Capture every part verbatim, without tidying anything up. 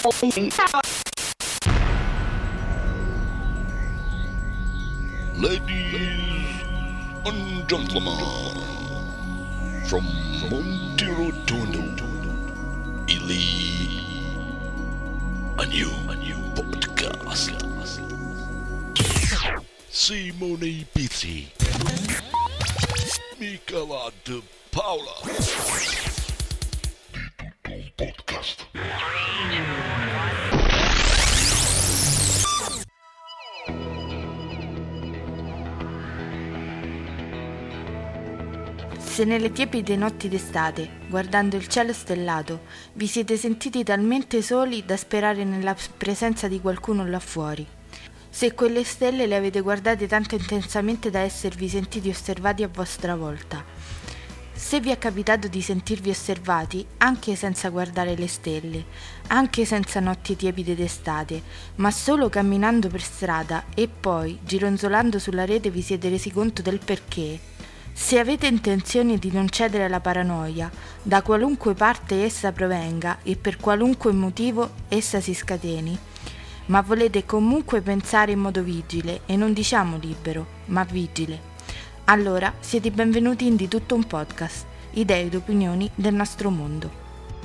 Ladies and gentlemen, from Monterotondo, Italy, a new, a new podcast. Simone Pizzi, Michela De Paula. Podcast. Se nelle tiepide notti d'estate, guardando il cielo stellato, vi siete sentiti talmente soli da sperare nella presenza di qualcuno là fuori. Se quelle stelle le avete guardate tanto intensamente da esservi sentiti osservati a vostra volta. Se vi è capitato di sentirvi osservati anche senza guardare le stelle, anche senza notti tiepide d'estate, ma solo camminando per strada e poi, gironzolando sulla rete, vi siete resi conto del perché. Se avete intenzione di non cedere alla paranoia, da qualunque parte essa provenga e per qualunque motivo essa si scateni, ma volete comunque pensare in modo vigile, e non diciamo libero, ma vigile, allora siete benvenuti in Di Tutto un Podcast, idee ed opinioni del nostro mondo.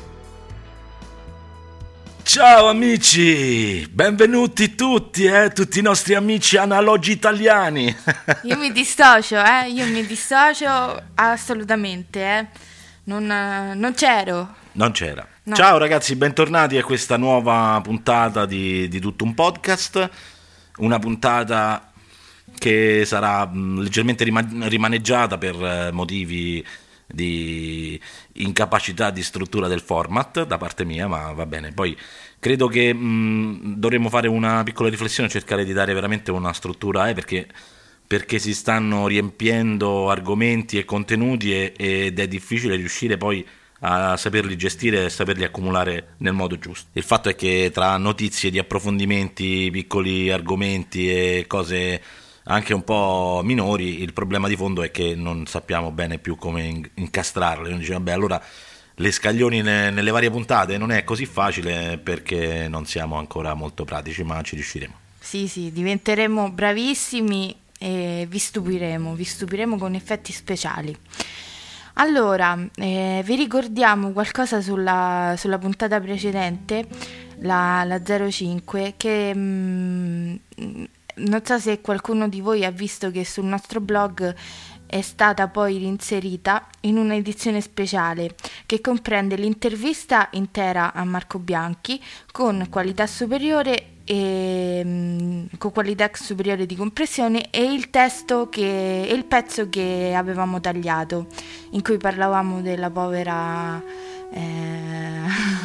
Ciao amici, benvenuti tutti, eh, tutti i nostri amici analogi italiani. Io mi dissocio, eh, io mi dissocio assolutamente, eh, non, non c'ero. Non c'era. No. Ciao ragazzi, bentornati a questa nuova puntata di, di Tutto un Podcast, una puntata che sarà mh, leggermente rima- rimaneggiata per eh, motivi di incapacità di struttura del format da parte mia, ma va bene. Poi credo che mh, dovremmo fare una piccola riflessione, cercare di dare veramente una struttura, eh, perché, perché si stanno riempiendo argomenti e contenuti e, ed è difficile riuscire poi a saperli gestire e saperli accumulare nel modo giusto. Il fatto è che tra notizie di approfondimenti, piccoli argomenti e cose anche un po' minori, il problema di fondo è che non sappiamo bene più come incastrarle. Uno dice vabbè, allora le scaglioni ne, nelle varie puntate non è così facile perché non siamo ancora molto pratici, ma ci riusciremo. Sì, sì, diventeremo bravissimi e vi stupiremo, vi stupiremo con effetti speciali. Allora, eh, vi ricordiamo qualcosa sulla, sulla puntata precedente, la, la zero cinque, che mh, non so se qualcuno di voi ha visto che sul nostro blog è stata poi reinserita in un'edizione speciale che comprende l'intervista intera a Marco Bianchi con qualità superiore e mh, con qualità superiore di compressione e il testo che e il pezzo che avevamo tagliato, in cui parlavamo della povera eh...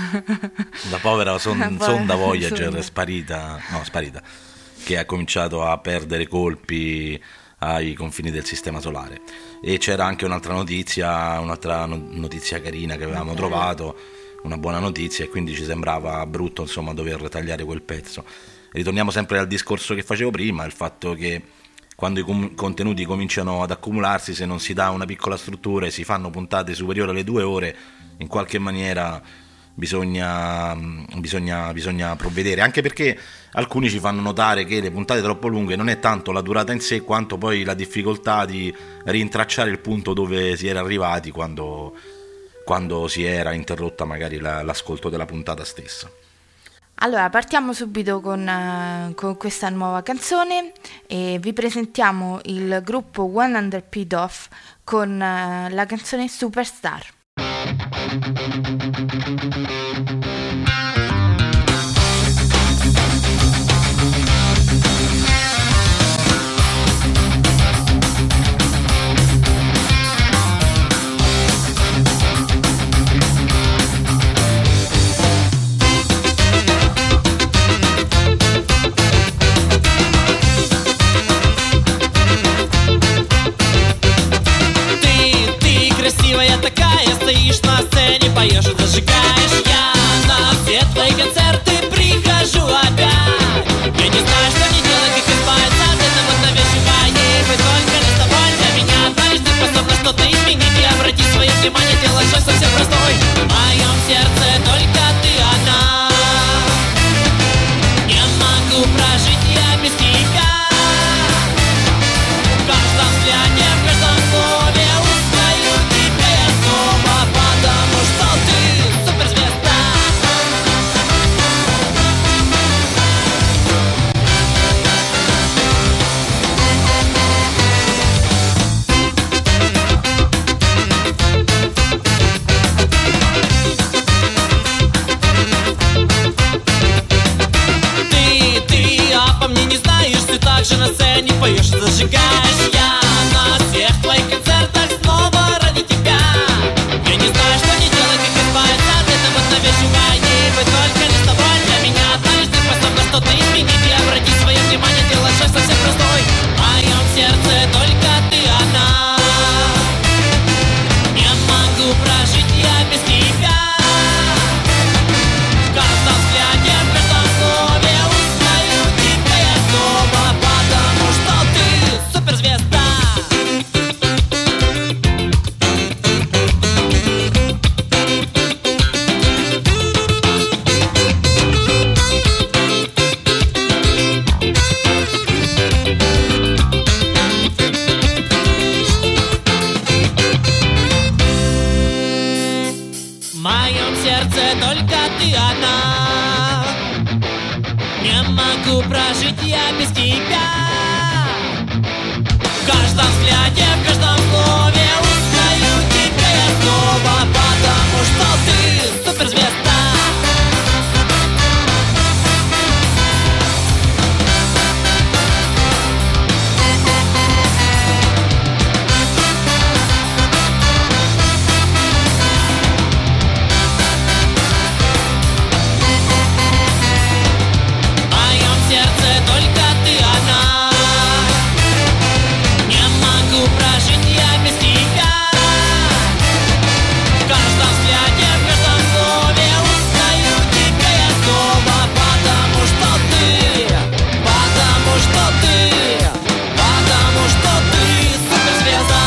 la povera son, la povera sonda Voyager sonda. sparita no sparita che ha cominciato a perdere colpi ai confini del sistema solare. E c'era anche un'altra notizia, un'altra notizia carina che avevamo okay. trovato, una buona notizia, e quindi ci sembrava brutto insomma dover tagliare quel pezzo. Ritorniamo sempre al discorso che facevo prima, il fatto che quando i com- contenuti cominciano ad accumularsi, se non si dà una piccola struttura e si fanno puntate superiori alle due ore, in qualche maniera Bisogna, bisogna, bisogna provvedere, anche perché alcuni ci fanno notare che le puntate troppo lunghe non è tanto la durata in sé quanto poi la difficoltà di rintracciare il punto dove si era arrivati quando, quando si era interrotta magari la, l'ascolto della puntata stessa. Allora, partiamo subito con, uh, con questa nuova canzone e vi presentiamo il gruppo cento P Doff con uh, la canzone Superstar. Красивая такая, стоишь на сцене, поешь и зажигаешь. Я на все твои концерты прихожу опять. Я не знаю, что мне делать, как избавиться от этого навязчивого. Вы только лишь довольна меня однажды способна что-то изменить. И обрати свое внимание, делай шаг совсем простой. В моем сердце только ты одна. сцене поешь и зажигаешь. Я на всех твоих концертах снова ради тебя. Я не знаю, что не делать, как избавиться от этого навязчивания. Быть только лишь с тобой для меня однажды способна что-то изменить. И обрати свое внимание, делать шаг совсем простой. В моем сердце только ты одна. Не могу прожить я без тебя. В каждом взгляде, в каждом слове узнаю тебя я снова, потому что ты суперзвезда. В моем сердце только ты одна. Не могу прожить я без тебя. В каждом взгляде, в каждом слове узнаю тебя я снова, потому что ты суперзвезда. В моем сердце только ты одна. Не могу прожить я без тебя. В каждом взгляде, в каждом слове узнаю тебя я снова, потому что ты, потому что ты, потому что ты суперзвезда.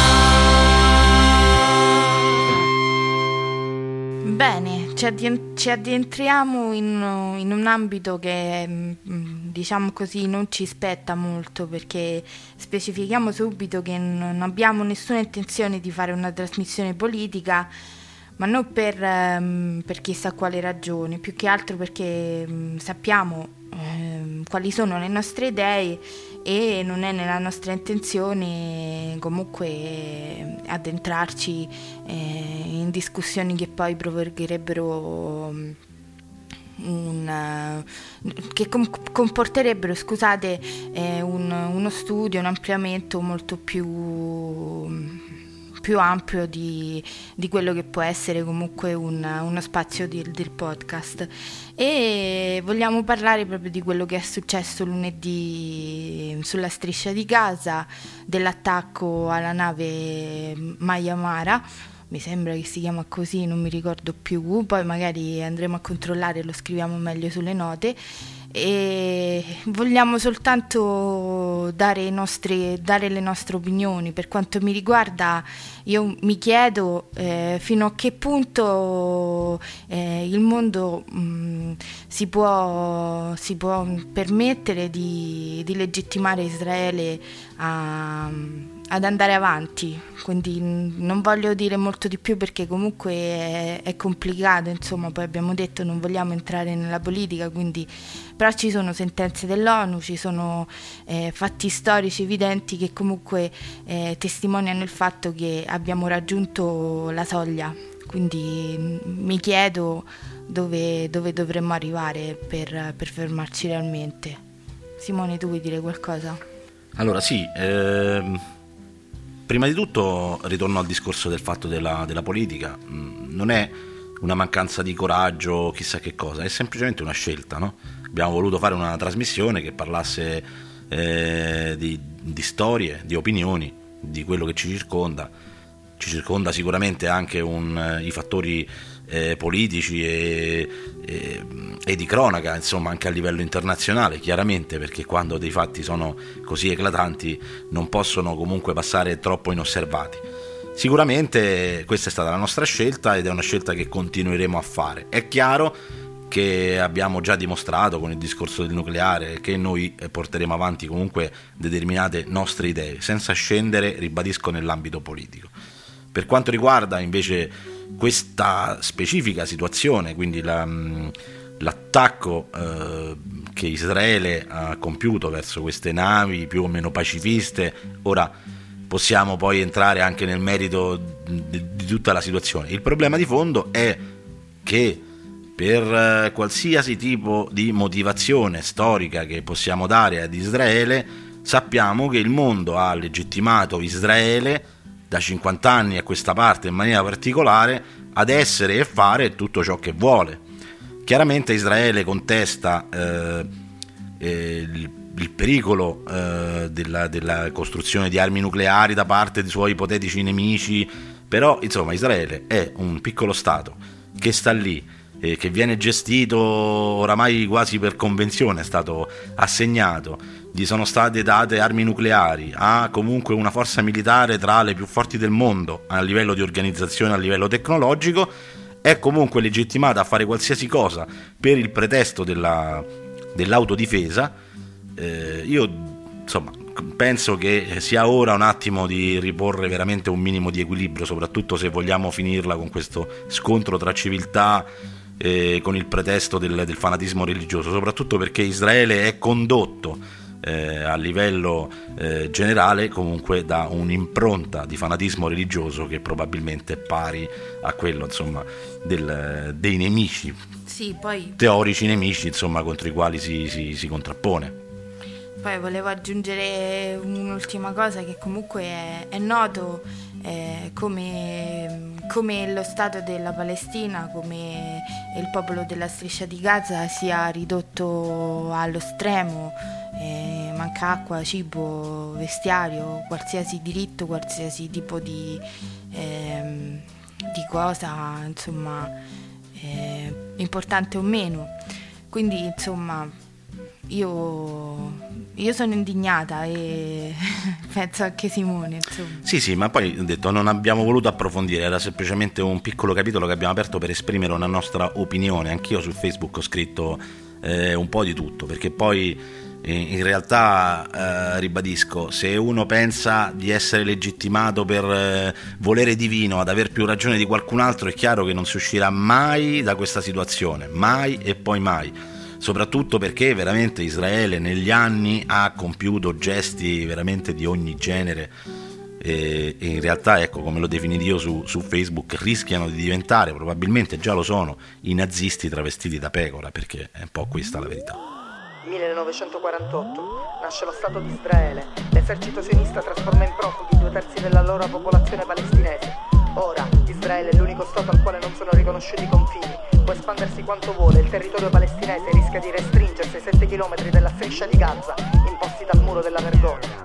Bene, ci, addien- ci addentriamo in, in un ambito che, mm, diciamo così, non ci spetta molto, perché specifichiamo subito che non abbiamo nessuna intenzione di fare una trasmissione politica, ma non per, ehm, per chissà quale ragione, più che altro perché mm, sappiamo ehm, quali sono le nostre idee e non è nella nostra intenzione comunque eh, addentrarci eh, in discussioni che poi provocherebbero mm, un, eh, che com- comporterebbero, scusate, eh, un- uno studio, un ampliamento molto più più ampio di, di quello che può essere comunque un- uno spazio di- del podcast. E vogliamo parlare proprio di quello che è successo lunedì sulla striscia di Gaza, dell'attacco alla nave Maya Mara, mi sembra che si chiama così, non mi ricordo più, poi magari andremo a controllare e lo scriviamo meglio sulle note. E vogliamo soltanto dare, i nostri, dare le nostre opinioni. Per quanto mi riguarda, io mi chiedo eh, fino a che punto eh, il mondo mh, si può, si può permettere di, di legittimare Israele a, ad andare avanti. Quindi non voglio dire molto di più perché comunque è, è complicato, insomma, poi abbiamo detto non vogliamo entrare nella politica, quindi però ci sono sentenze dell'ONU, ci sono eh, fatti storici evidenti che comunque eh, testimoniano il fatto che abbiamo raggiunto la soglia, quindi m- mi chiedo dove, dove dovremmo arrivare per, per fermarci realmente. Simone, tu vuoi dire qualcosa? Allora sì, ehm, prima di tutto ritorno al discorso del fatto della, della politica. Mm, non è una mancanza di coraggio, chissà che cosa, è semplicemente una scelta, no? Abbiamo voluto fare una trasmissione che parlasse eh, di, di storie, di opinioni, di quello che ci circonda. Ci circonda sicuramente anche un, i fattori eh, politici e, e, e di cronaca, insomma, anche a livello internazionale, chiaramente, perché quando dei fatti sono così eclatanti non possono comunque passare troppo inosservati. Sicuramente questa è stata la nostra scelta ed è una scelta che continueremo a fare. È chiaro che abbiamo già dimostrato con il discorso del nucleare che noi porteremo avanti comunque determinate nostre idee, senza scendere, ribadisco, nell'ambito politico. Per quanto riguarda invece questa specifica situazione, quindi la, l'attacco eh, che Israele ha compiuto verso queste navi più o meno pacifiste, ora possiamo poi entrare anche nel merito di, di tutta la situazione. Il problema di fondo è che per qualsiasi tipo di motivazione storica che possiamo dare ad Israele sappiamo che il mondo ha legittimato Israele da cinquanta anni a questa parte in maniera particolare ad essere e fare tutto ciò che vuole. Chiaramente Israele contesta eh, eh, il, il pericolo eh, della, della costruzione di armi nucleari da parte dei suoi ipotetici nemici, però insomma Israele è un piccolo stato che sta lì, eh, che viene gestito oramai quasi per convenzione, è stato assegnato, gli sono state date armi nucleari, ha comunque una forza militare tra le più forti del mondo a livello di organizzazione, a livello tecnologico, è comunque legittimata a fare qualsiasi cosa per il pretesto della, dell'autodifesa. Eh, io insomma penso che sia ora un attimo di riporre veramente un minimo di equilibrio, soprattutto se vogliamo finirla con questo scontro tra civiltà eh, con il pretesto del, del fanatismo religioso, soprattutto perché Israele è condotto Eh, a livello eh, generale comunque da un'impronta di fanatismo religioso che probabilmente è pari a quello insomma del, dei nemici, sì, poi teorici nemici insomma contro i quali si, si, si contrappone. Poi volevo aggiungere un'ultima cosa, che comunque è, è noto eh, come, come lo Stato della Palestina, come il popolo della Striscia di Gaza sia ridotto allo stremo. Eh, manca acqua, cibo, vestiario, qualsiasi diritto, qualsiasi tipo di, ehm, di cosa, insomma, eh, importante o meno. Quindi, insomma, io, io sono indignata e penso anche Simone, insomma. Sì, sì, ma poi ho detto non abbiamo voluto approfondire, era semplicemente un piccolo capitolo che abbiamo aperto per esprimere una nostra opinione. Anch'io su Facebook ho scritto eh, un po' di tutto, perché poi in realtà eh, ribadisco, se uno pensa di essere legittimato per eh, volere divino ad aver più ragione di qualcun altro, è chiaro che non si uscirà mai da questa situazione, mai e poi mai, soprattutto perché veramente Israele negli anni ha compiuto gesti veramente di ogni genere e, e in realtà, ecco, come l'ho definito io su, su Facebook, rischiano di diventare, probabilmente già lo sono, i nazisti travestiti da pecora, perché è un po' questa la verità. millenovecentoquarantotto nasce lo Stato di Israele. L'esercito sionista trasforma in profughi due terzi della loro popolazione palestinese. Ora Israele è l'unico Stato al quale non sono riconosciuti i confini. Può espandersi quanto vuole. Il territorio palestinese rischia di restringersi ai sette chilometri della striscia di Gaza, imposti dal muro della vergogna.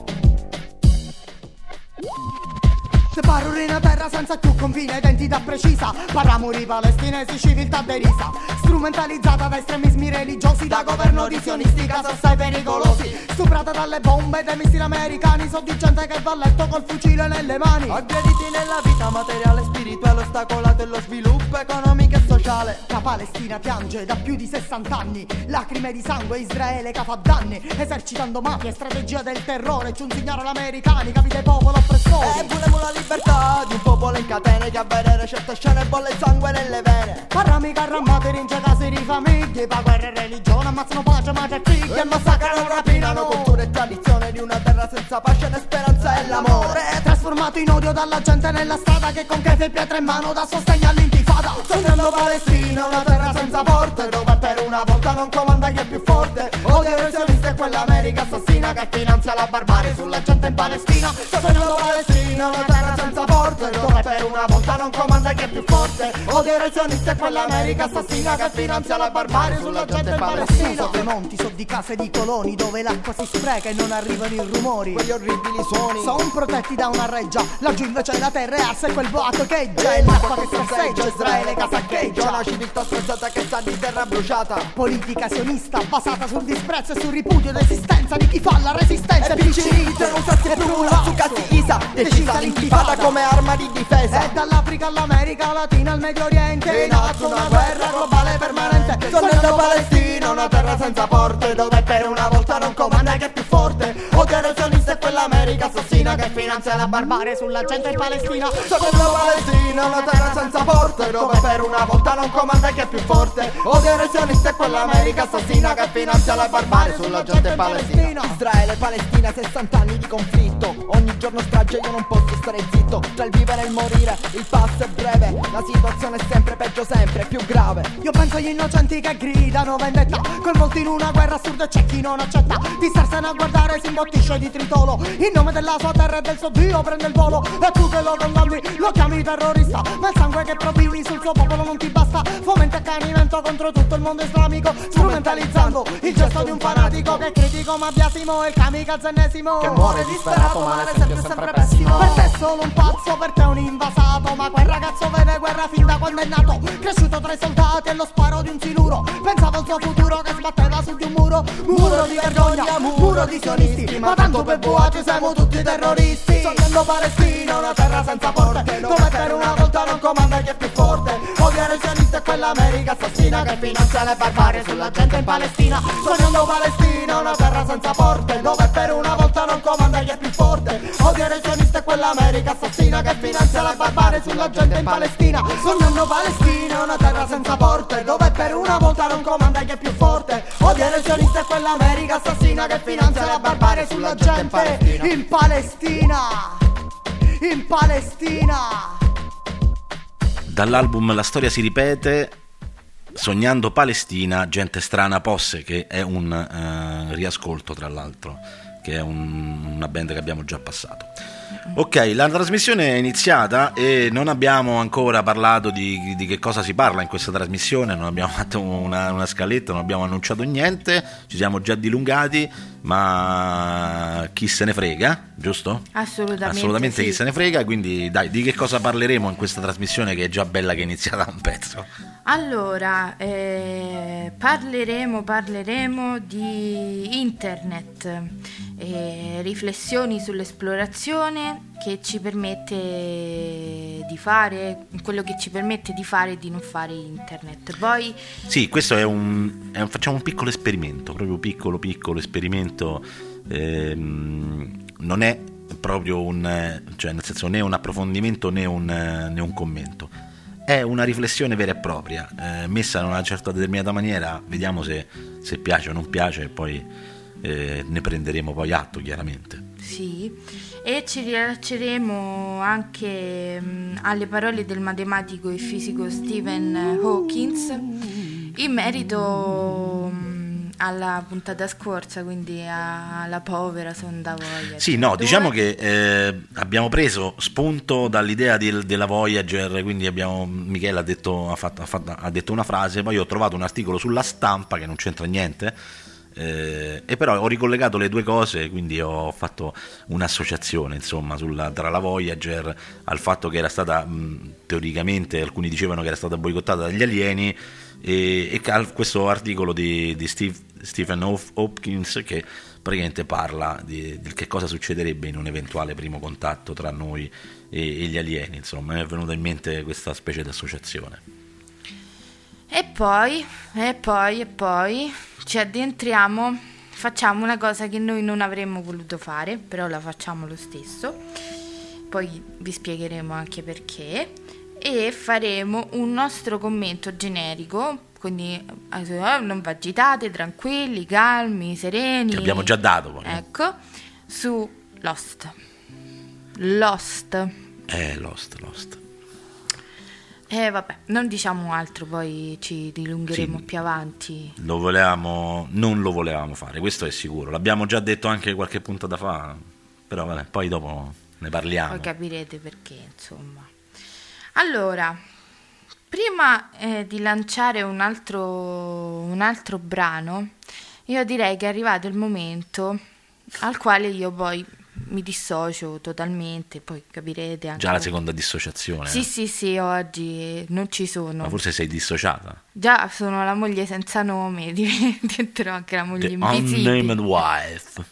Se parlo di una terra senza più confine, identità precisa, parliamo di palestinesi, civiltà derisa, strumentalizzata da estremismi religiosi, da governo di sionisti, casi assai pericolosi, stuprata dalle bombe dei missili americani, so di gente che va a letto col fucile nelle mani, aggrediti nella vita materiale e spirituale, ostacolato lo sviluppo economico e sociale. La Palestina piange da più di sessanta anni, lacrime di sangue, Israele che fa danni, esercitando mafia e strategia del terrore, c'è un signore all'americani, capi dei popoli oppressori. E volevamo la libertà di un popolo in catene che a vedere certe scene bolle sangue nelle vene. Parrami carrammati, rince casi di famiglie, pa' guerra e religione, ammazzano pace, madre e figli e massacrano, rapinano cultura e tradizione di una terra senza pace né speranza e l'amore. Trasformato in odio dalla gente nella strada che con chefe e pietre in mano dà sostegno all'intifada. Sognando Palestina, una terra senza porte, dove per una volta non comanda chi è più forte. Odio il sionista e quell'America assassina che finanzia la barbarie sulla gente in Palestina. Sognando Palestina, una terra senza porte, dove per una volta non comanda chi è più forte. Odio il sionista e quell'America assassina che finanzia la barbarie sulla gente in Palestina. So dei monti, so di case di coloni dove l'acqua si spreca e non arrivano i rumori, quegli orribili suoni. Sono protetti da una reggia, laggiù invece la terra è arsa e quel boato cheggia. E l'acqua che sasseggia, Israele che saccheggia. Una civiltà sprezzata che sta di terra bruciata. Politica sionista basata sul disprezzo e sul ripudio d'esistenza di chi fa la resistenza. E piccirite non sa se più là su cazzi Isa, decisa l'intifada come arma di difesa. E dall'Africa all'America Latina al Medio Oriente in atto una guerra globale permanente. Sognando Palestina, una terra senza porte, dove per una volta non comanda chi è più forte. Odio il sionista e quell'America l'America assassina che finanzia la barbarie sulla gente in Palestina. Sognando Palestina, una terra senza porte, dove per una volta non comanda chi è più forte. Odiare i sionisti e quell'America assassina che finanzia la barbarie sulla gente in Palestina. Israele e Palestina, sessanta anni di conflitto, ogni giorno strage, io non posso stare zitto. Tra il vivere e il morire, il passo è breve, la situazione è sempre peggio, sempre più grave. Io penso agli innocenti che gridano vendetta, coinvolti in una guerra assurda e c'è chi non accetta di starsene a guardare, si imbottisce di tritolo. In nome della sua terra e del suo Dio prende il volo. E tu che lo condanni, lo chiami terrorista, ma il sangue che provini sul suo popolo non ti basta. Fomenta accanimento contro tutto il mondo islamico, strumentalizzando il gesto di un fanatico che critico ma biasimo, il kamikaze ennesimo che muore disperato ma l'esempio è sempre pessimo. Per te è solo un pazzo, per te è un invasato, ma quel ragazzo vede guerra fin da quando è nato, cresciuto tra i soldati e lo sparo di un siluro. Pensava al suo futuro che sbatteva su di un muro, muro di vergogna, muro di sionisti, ma tanto per buati siamo tutti terroristi. Sognando Palestina, una terra senza porte, dove per una volta non comanda chi è più forte. Odiare i sionisti e quell'America assassina che finanzia le barbarie sulla gente in Palestina. Sognando Palestina, una terra senza porte, dove per una volta non comanda chi è più forte. Odiare i sionisti e quell'America assassina che finanzia le barbarie sulla gente in Palestina. Sognando Palestina, una terra senza porte, dove per una volta non comanda chi è più forte. Odiare i sionisti e quell'America assassina che finanzia la barbarie sulla gente in Palestina. In Palestina. Dall'album La storia si ripete, Sognando Palestina, Gente strana Posse, che è un uh, riascolto tra l'altro, che è un, una band che abbiamo già passato. Ok, la trasmissione è iniziata e non abbiamo ancora parlato di, di che cosa si parla in questa trasmissione, non abbiamo fatto una, una scaletta, non abbiamo annunciato niente, ci siamo già dilungati, ma chi se ne frega, giusto? Assolutamente, Assolutamente sì. Chi se ne frega, quindi dai, di che cosa parleremo in questa trasmissione che è già bella che è iniziata da un pezzo? Allora, eh, parleremo, parleremo di internet, eh, riflessioni sull'esplorazione che ci permette di fare, quello che ci permette di fare e di non fare internet. Poi Sì, questo è un, è un facciamo un piccolo esperimento, proprio piccolo piccolo esperimento, ehm, non è proprio un, cioè nel senso né un approfondimento né un, né un commento. È una riflessione vera e propria, eh, messa in una certa determinata maniera, vediamo se, se piace o non piace e poi eh, ne prenderemo poi atto chiaramente. sì, e ci rilasceremo anche mh, alle parole del matematico e fisico Stephen Hawking in merito mh, alla puntata scorsa, quindi alla povera sonda Voyager. Sì, no, dove... diciamo che eh, abbiamo preso spunto dall'idea del, della Voyager, quindi abbiamo, Michele ha detto, ha, fatto, ha, fatto, ha detto una frase, poi ho trovato un articolo sulla Stampa che non c'entra niente, eh, e però ho ricollegato le due cose, quindi ho fatto un'associazione insomma sulla, tra la Voyager al fatto che era stata mh, teoricamente, alcuni dicevano che era stata boicottata dagli alieni, e, e questo articolo di, di Steve, Stephen Hopkins che praticamente parla di, di che cosa succederebbe in un eventuale primo contatto tra noi e, e gli alieni. Insomma, mi è venuta in mente questa specie di associazione. E poi, e poi, e poi ci addentriamo, facciamo una cosa che noi non avremmo voluto fare, però la facciamo lo stesso, poi vi spiegheremo anche perché, e faremo un nostro commento generico, quindi eh, non vi agitate, tranquilli, calmi, sereni. Che abbiamo già dato poi. Ecco, su Lost. Lost. Eh, Lost, Lost. E eh, vabbè, non diciamo altro, poi ci dilungheremo Sì, più avanti. Lo volevamo, non lo volevamo fare, questo è sicuro. L'abbiamo già detto anche qualche puntata fa, però vabbè, poi dopo ne parliamo. Poi capirete perché, insomma. Allora, prima eh, di lanciare un altro, un altro brano, io direi che è arrivato il momento al quale io poi mi dissocio totalmente, poi capirete anche. Già la seconda dissociazione. Sì, sì, sì, oggi non ci sono. Ma forse sei dissociata. Già sono la moglie senza nome, diventerò anche la moglie The invisibile. Unnamed Wife.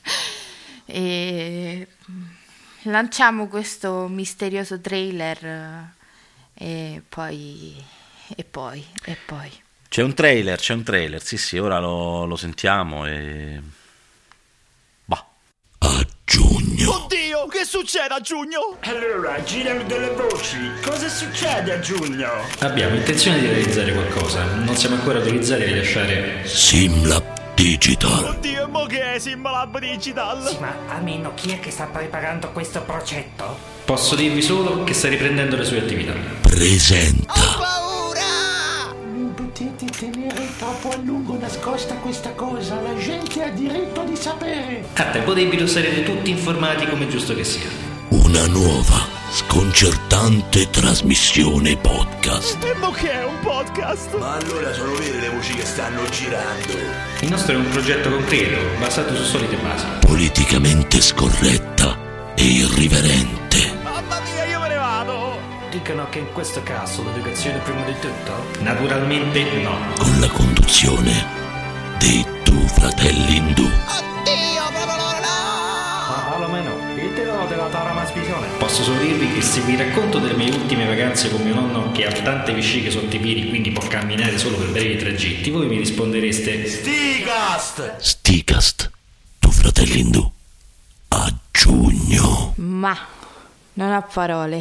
E lanciamo questo misterioso trailer e poi e poi e poi C'è un trailer, c'è un trailer, sì sì, ora lo, lo sentiamo e... Bah. A giugno giugno. Oddio, che succede a giugno? Allora, girano delle voci. Cosa succede a giugno? Abbiamo intenzione di realizzare qualcosa. Non siamo ancora autorizzati a rilasciare. Simlab Digital. Oddio, mo che è Simlab Digital? Sì, ma almeno chi è che sta preparando questo progetto? Posso dirvi solo che sta riprendendo le sue attività. Presenta. Non potete tenere troppo a lungo nascosta questa cosa. La gente ha diritto di sapere. A tempo debito sarete tutti informati come giusto che sia. Una nuova, sconcertante trasmissione podcast. E mo che è un podcast? Ma allora sono vere le voci che stanno girando? Il nostro è un progetto concreto, basato su solide basi. Politicamente scorretta e irriverente. Mamma mia, io me ne vado! Dicono che in questo caso l'educazione è prima di tutto? Naturalmente no. Con la conduzione dei Tu Fratelli Indù. Oddio, proprio loro no! Ma almeno, ditelo della trasmissione. Posso solo dirvi che se vi racconto delle mie ultime vacanze con mio nonno che ha tante vesciche sotto i piedi, quindi può camminare solo per brevi tragitti, voi mi rispondereste Sticast! Sticast, Tu Fratelli Indù. A giugno. Ma non ho parole.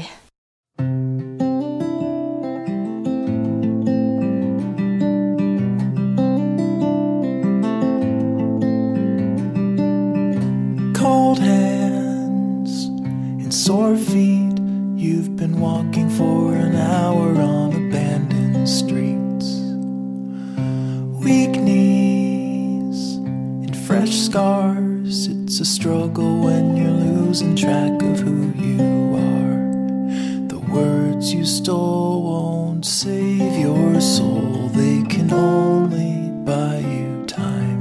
Cold hands and sore feet. You've been walking for an hour on abandoned streets. Weak knees and fresh scars. It's a struggle when you're losing track of who you are. The words you stole won't save your soul. They can only buy you time.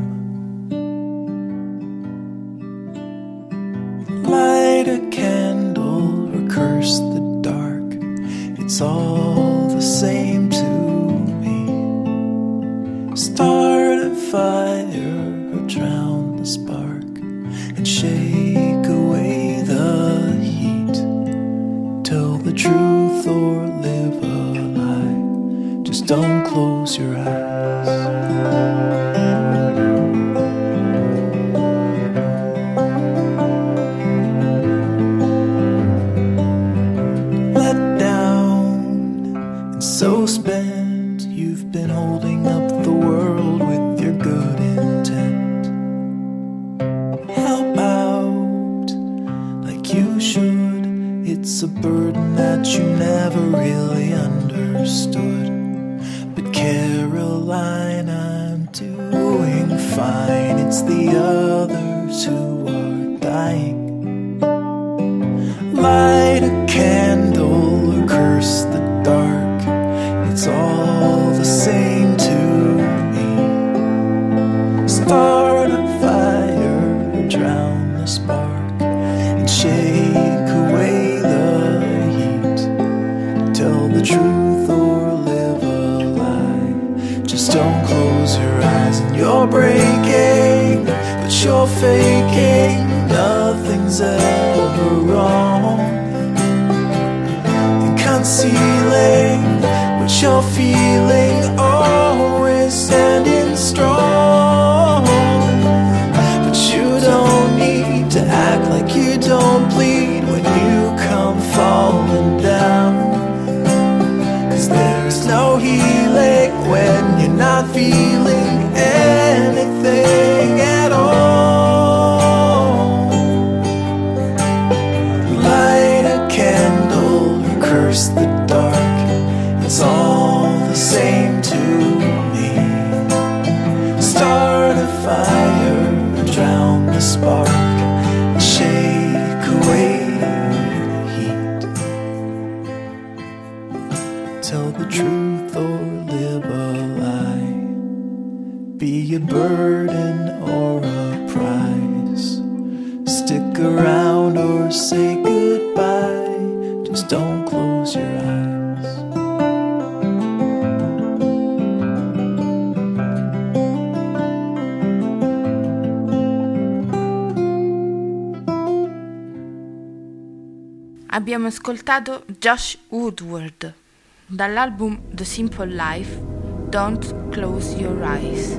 Light a candle or curse the dark. It's all the same to me. Start a fire or drown the spark and shake away the heat. Tell the truth or live a lie. Just don't close your eyes. So spent, you've been holding up the world with your good intent. Help out like you should. It's a burden that you never really understood. But Caroline, I'm doing fine. It's the others who are dying. Light a candle or curse the dark. It's all the same to me. Start a fire or drown the spark and shake away the heat. Tell the truth or live a lie. Just don't close your eyes. And you're breaking, but you're faking. Nothing's ever wrong. And concealing what you're feeling, always standing strong. But you don't need to act like you don't bleed when you come falling down. Cause there's no healing when you're not feeling anything at all. Light a candle or curse the dark. It's all the same to me. Start a fire or drown the spark and shake away the heat. Tell the truth or live a lie. Be a burden or a prize. Stick around or say goodbye. Just don't close your eyes. Abbiamo ascoltato Josh Woodward dall'album The Simple Life, Don't Close Your Eyes.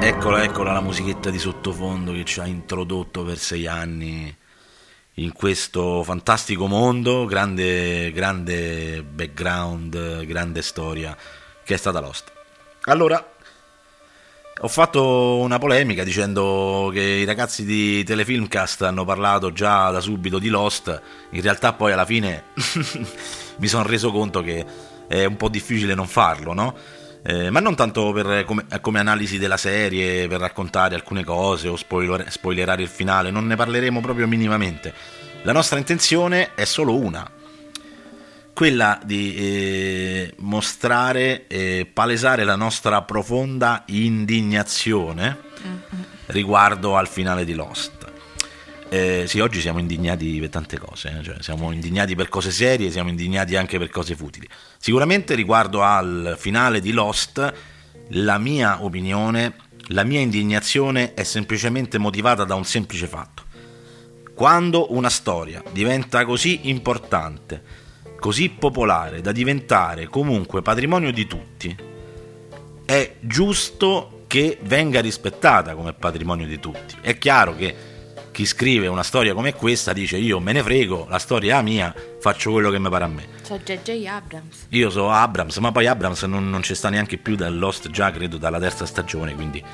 Eccola, eccola la musichetta di sottofondo che ci ha introdotto per sei anni in questo fantastico mondo, grande, grande background, grande storia che è stata Lost. Allora, ho fatto una polemica dicendo che i ragazzi di Telefilmcast hanno parlato già da subito di Lost, in realtà poi alla fine mi sono reso conto che è un po' difficile non farlo, no? Eh, ma non tanto per, come, come analisi della serie, per raccontare alcune cose o spoiler, spoilerare il finale, non ne parleremo proprio minimamente. La nostra intenzione è solo una, quella di eh, mostrare e palesare la nostra profonda indignazione riguardo al finale di Lost. Eh, sì, oggi siamo indignati per tante cose, eh? Cioè, siamo indignati per cose serie, siamo indignati anche per cose futili. Sicuramente riguardo al finale di Lost, la mia opinione, la mia indignazione è semplicemente motivata da un semplice fatto. Quando una storia diventa così importante, così popolare, da diventare comunque patrimonio di tutti, è giusto che venga rispettata come patrimonio di tutti. È chiaro che chi scrive una storia come questa dice: io me ne frego, la storia è mia, faccio quello che mi pare a me. So J J Abrams. Io so Abrams, ma poi Abrams non, non ci sta neanche più dal Lost, già credo dalla terza stagione, quindi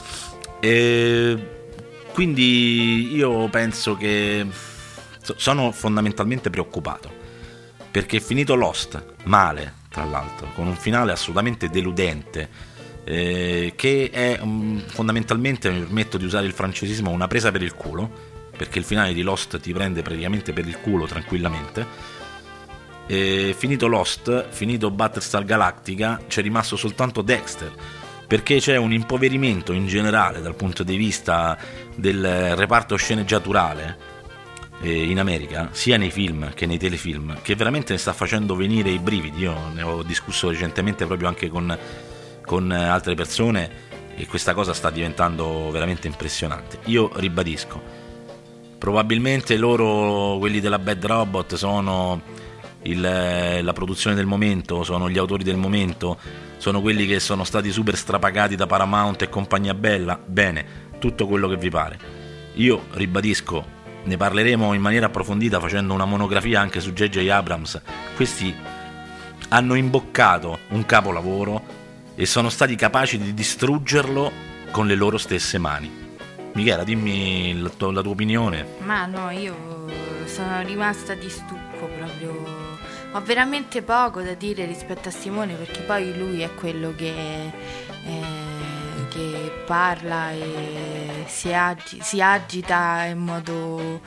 e quindi io penso che sono fondamentalmente preoccupato, perché è finito Lost male, tra l'altro, con un finale assolutamente deludente, Eh, che è um, fondamentalmente, mi permetto di usare il francesismo, una presa per il culo, perché il finale di Lost ti prende praticamente per il culo tranquillamente. E finito Lost, finito Battlestar Galactica, c'è rimasto soltanto Dexter, perché c'è un impoverimento in generale dal punto di vista del reparto sceneggiaturale eh, in America, sia nei film che nei telefilm, che veramente ne sta facendo venire i brividi. Io ne ho discusso recentemente proprio anche con con altre persone e questa cosa sta diventando veramente impressionante. Io ribadisco, probabilmente loro, quelli della Bad Robot, sono il, la produzione del momento, sono gli autori del momento, sono quelli che sono stati super strapagati da Paramount e compagnia bella, bene, tutto quello che vi pare. Io ribadisco, ne parleremo in maniera approfondita facendo una monografia anche su J J Abrams. Questi hanno imboccato un capolavoro e sono stati capaci di distruggerlo con le loro stesse mani. Michela, dimmi la tua, la tua opinione. Ma no, io sono rimasta di stucco proprio. Ho veramente poco da dire rispetto a Simone, perché poi lui è quello che, eh, che parla e si, agi, si agita in modo...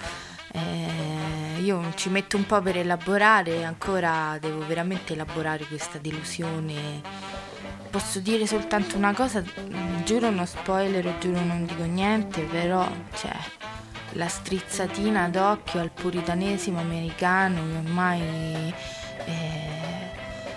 Eh, io ci metto un po' per elaborare, ancora devo veramente elaborare questa delusione. Posso dire soltanto una cosa, giuro uno spoiler, giuro non dico niente, però cioè, la strizzatina d'occhio al puritanesimo americano che ormai eh,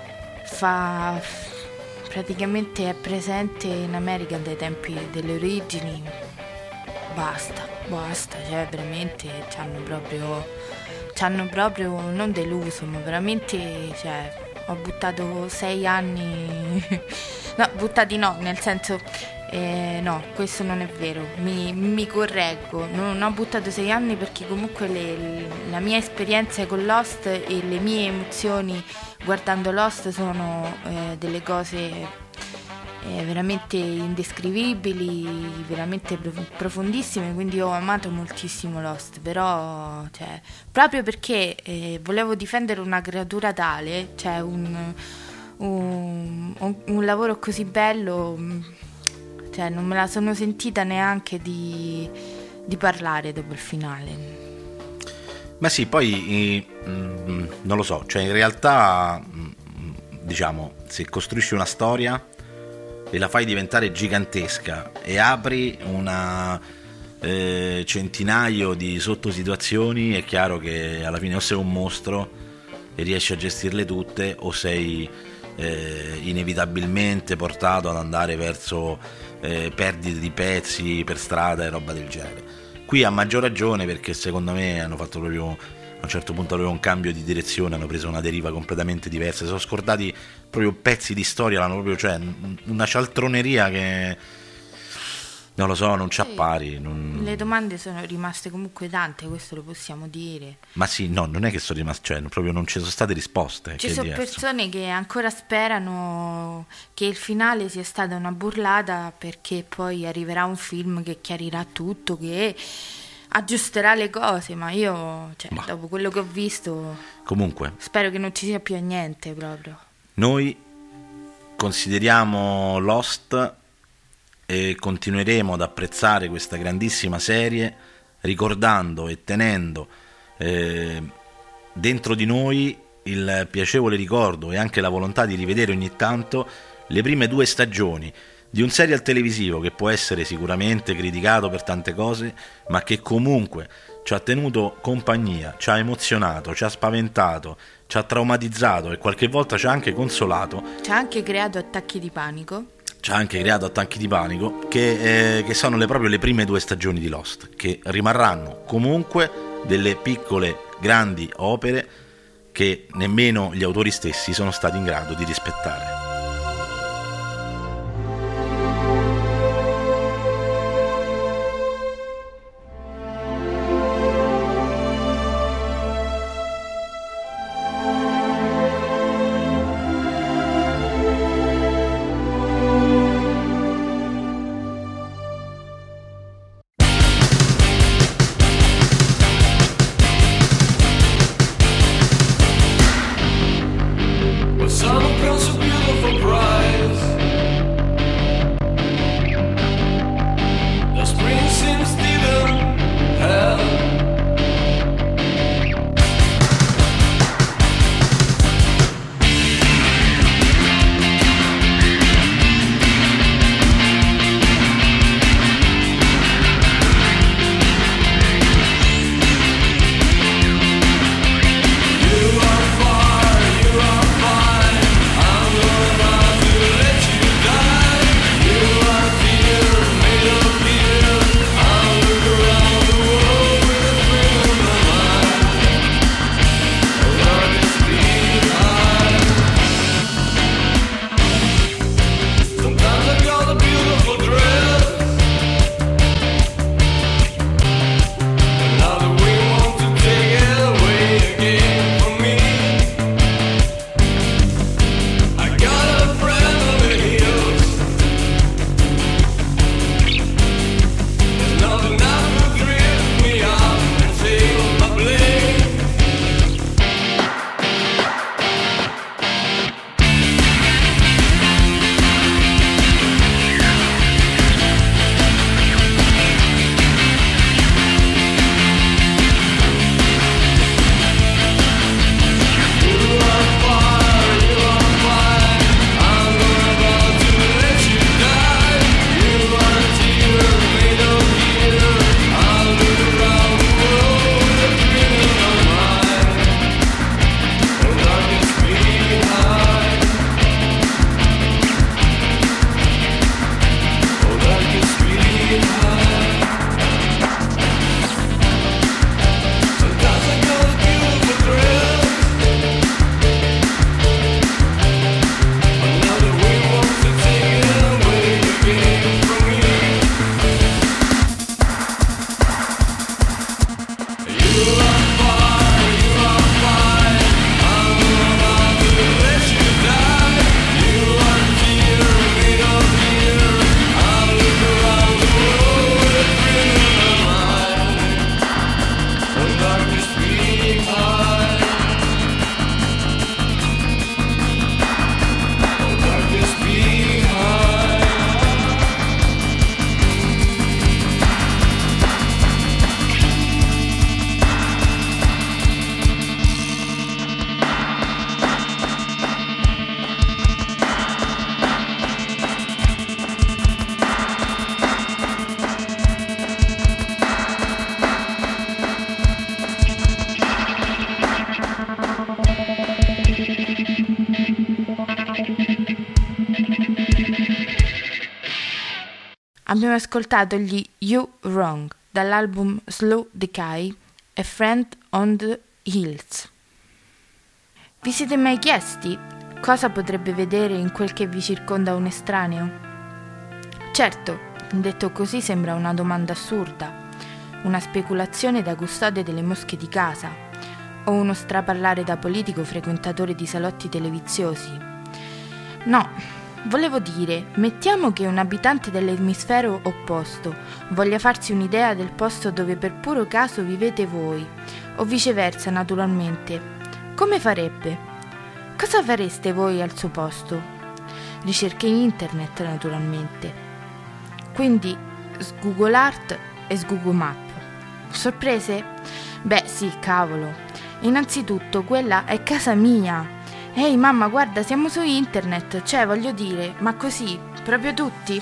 fa praticamente è presente in America dai tempi delle origini. Basta, basta, cioè veramente ci hanno proprio ci hanno proprio non deluso, ma veramente, cioè, ho buttato sei anni, no, buttati no, nel senso, eh, no, questo non è vero, mi, mi correggo, non ho buttato sei anni perché comunque le, la mia esperienza con Lost e le mie emozioni guardando Lost sono eh, delle cose eh, veramente indescrivibili, veramente profondissime, quindi ho amato moltissimo Lost, però cioè, proprio perché eh, volevo difendere una creatura tale, cioè un, un, un, un lavoro così bello, cioè non me la sono sentita neanche di, di parlare dopo il finale. Ma sì, poi eh, non lo so, cioè in realtà diciamo, se costruisci una storia e la fai diventare gigantesca e apri una eh, centinaio di sottosituazioni, è chiaro che alla fine o sei un mostro e riesci a gestirle tutte, o sei eh, inevitabilmente portato ad andare verso eh, perdite di pezzi per strada e roba del genere. Qui a maggior ragione, perché secondo me hanno fatto proprio, a un certo punto aveva un cambio di direzione, hanno preso una deriva completamente diversa, si sono scordati proprio pezzi di storia, l'hanno proprio, cioè una cialtroneria che Non lo so, non ci Sì. appari. Non... Le domande sono rimaste comunque tante, questo lo possiamo dire. Ma sì, no, non è che sono rimaste, cioè proprio non ci sono state risposte. Ci che è sono diverso. persone che ancora sperano che il finale sia stata una burlata, perché poi arriverà un film che chiarirà tutto, che aggiusterà le cose, ma io, cioè, Ma. dopo quello che ho visto, Comunque, spero che non ci sia più niente proprio. noi consideriamo Lost e continueremo ad apprezzare questa grandissima serie, ricordando e tenendo eh, dentro di noi il piacevole ricordo e anche la volontà di rivedere ogni tanto le prime due stagioni di un serial televisivo che può essere sicuramente criticato per tante cose, ma che comunque ci ha tenuto compagnia, ci ha emozionato, ci ha spaventato, ci ha traumatizzato e qualche volta ci ha anche consolato. Ci ha anche creato attacchi di panico. Ci ha anche creato attacchi di panico, che, eh, che sono le, proprio le prime due stagioni di Lost, che rimarranno comunque delle piccole grandi opere che nemmeno gli autori stessi sono stati in grado di rispettare. Abbiamo ascoltato gli You Wrong dall'album Slow Decay e Friend on the Hills. Vi siete mai chiesti cosa potrebbe vedere in quel che vi circonda un estraneo? Certo, Detto così sembra una domanda assurda, una speculazione da custode delle mosche di casa, o uno straparlare da politico frequentatore di salotti televiziosi. No, volevo dire, mettiamo che un abitante dell'emisfero opposto voglia farsi un'idea del posto dove per puro caso vivete voi, o viceversa naturalmente. Come farebbe? Cosa fareste voi al suo posto? Ricerche in internet naturalmente. Quindi Google Art e Google Map. Sorprese? Beh sì, cavolo. Innanzitutto quella è casa mia. Ehi mamma, guarda, siamo su internet, cioè voglio dire, ma così, proprio tutti?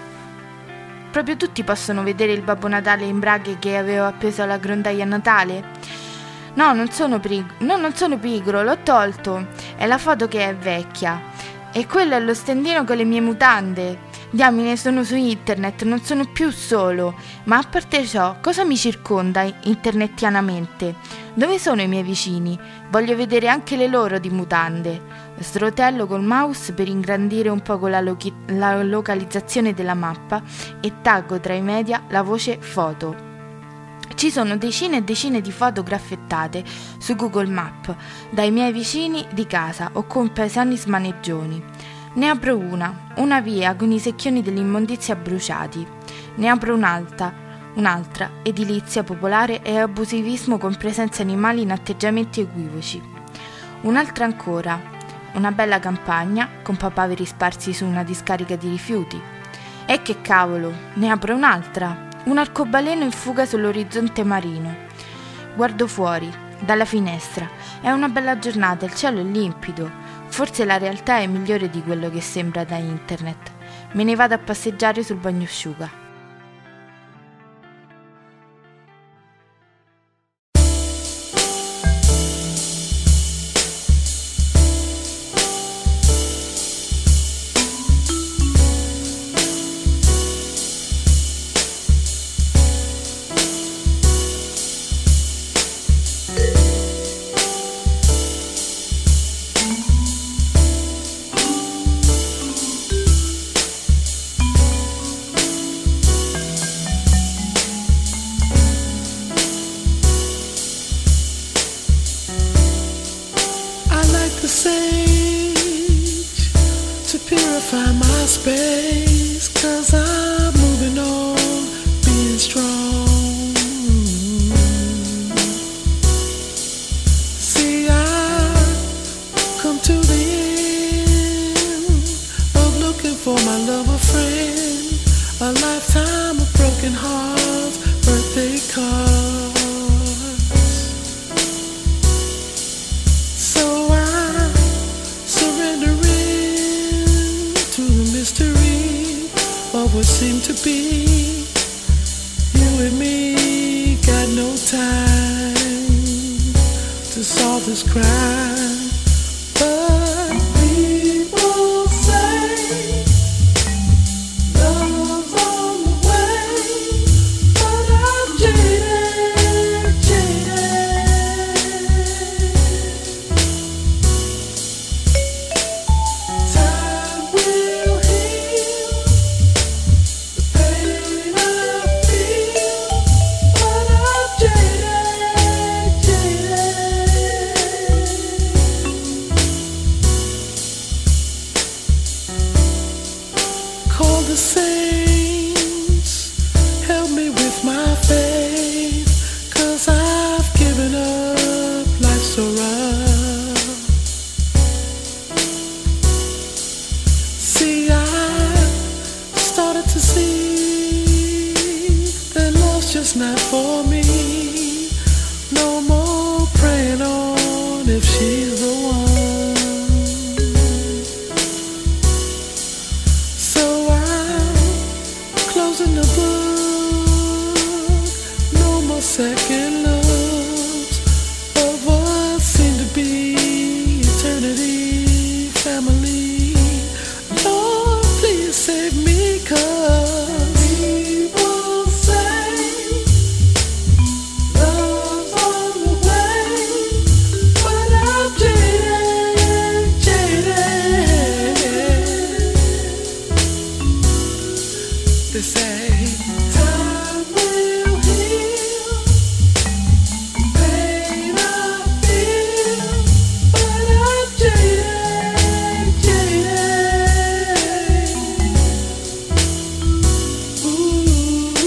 Proprio tutti possono vedere il Babbo Natale in braghe che avevo appeso alla grondaia a Natale? No, non sono pig- no, non sono pigro, l'ho tolto. È la foto che è vecchia. E quello è lo stendino con le mie mutande. Diamine, sono su internet, non sono più solo. Ma a parte ciò, cosa mi circonda internettianamente? Dove sono i miei vicini? Voglio vedere anche le loro di mutande. Srotello col mouse per ingrandire un poco la, lo- la localizzazione della mappa e taggo tra i media la voce foto. Ci sono decine e decine di foto graffettate su Google Map dai miei vicini di casa o con paesani smaneggioni. Ne apro una, una via con i secchioni dell'immondizia bruciati. Ne apro un'altra, un'altra, edilizia popolare e abusivismo con presenze animali in atteggiamenti equivoci. Un'altra ancora, una bella campagna con papaveri sparsi su una discarica di rifiuti. E che cavolo, ne apro un'altra. Un arcobaleno in fuga sull'orizzonte marino. Guardo fuori, dalla finestra. È una bella giornata, il cielo è limpido. Forse la realtà è migliore di quello che sembra da internet. Me ne vado a passeggiare sul bagnasciuga. Space, 'cause I'm moving on, being strong. See, I've come to the end of looking for my lover friend, a lifetime of broken hearts, birthday cards. So I surrender mystery of what seemed to be you and me. Got no time to solve this crime, but people say love's on the way, but I'm jaded, jaded. Time will heal the pain I feel, but I'm jaded, jaded. Call the saints, help me with my faith, 'cause I've given up, life's so rough. See, I started to see that love's just not for me. No more praying on if she's the one. So I they say time will heal the pain I feel, but I'm jaded, jaded. Ooh,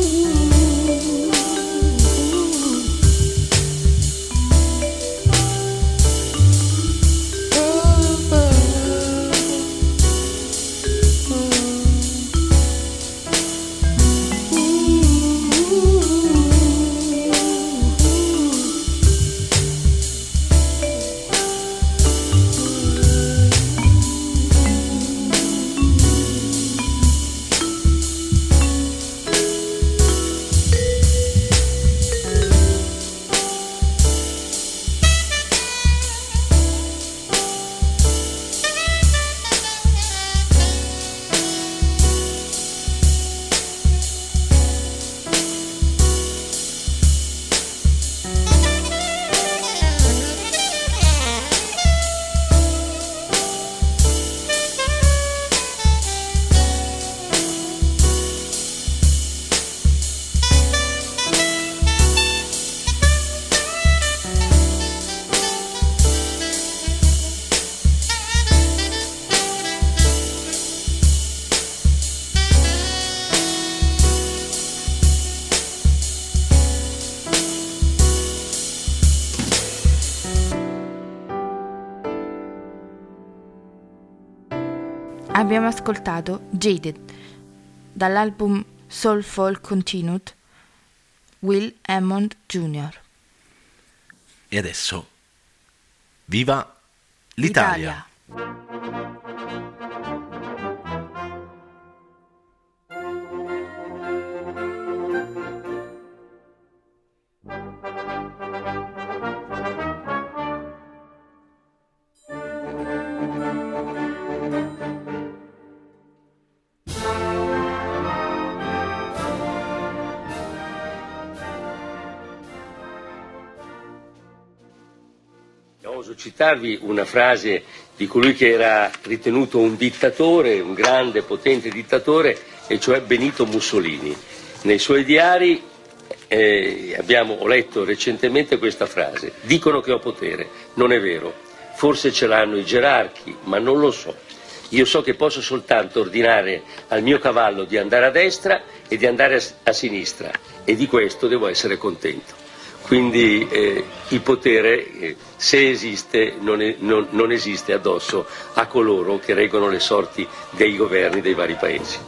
Abbiamo ascoltato Jaded dall'album Soulful Continued, Will Hammond junior E adesso, viva l'Italia! L'Italia. Oso citarvi una frase di colui che era ritenuto un dittatore, un grande, potente dittatore, e cioè Benito Mussolini. Nei suoi diari eh, abbiamo, ho letto recentemente questa frase: dicono che ho potere, non è vero, forse ce l'hanno i gerarchi, ma non lo so. Io so che posso soltanto ordinare al mio cavallo di andare a destra e di andare a, a sinistra, e di questo devo essere contento. Quindi eh, il potere, eh, se esiste, non, è, non, non esiste addosso a coloro che reggono le sorti dei governi dei vari paesi.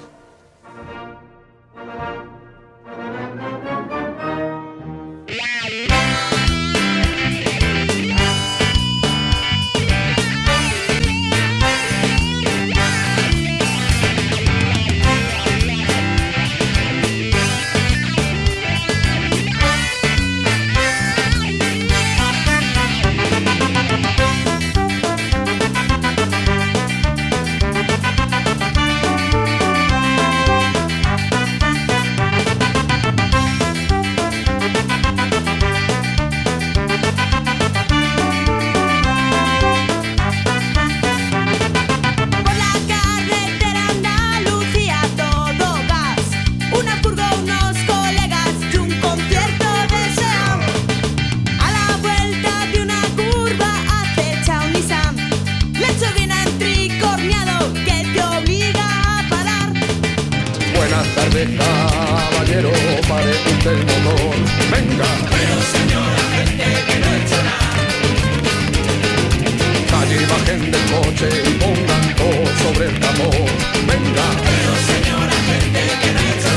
Caballero, pare usted el motor, venga. Pero señora, gente que no ha hecho nada. Calle, bajen del coche y pongan todo sobre el capó, venga. Pero señora, gente que no ha hecho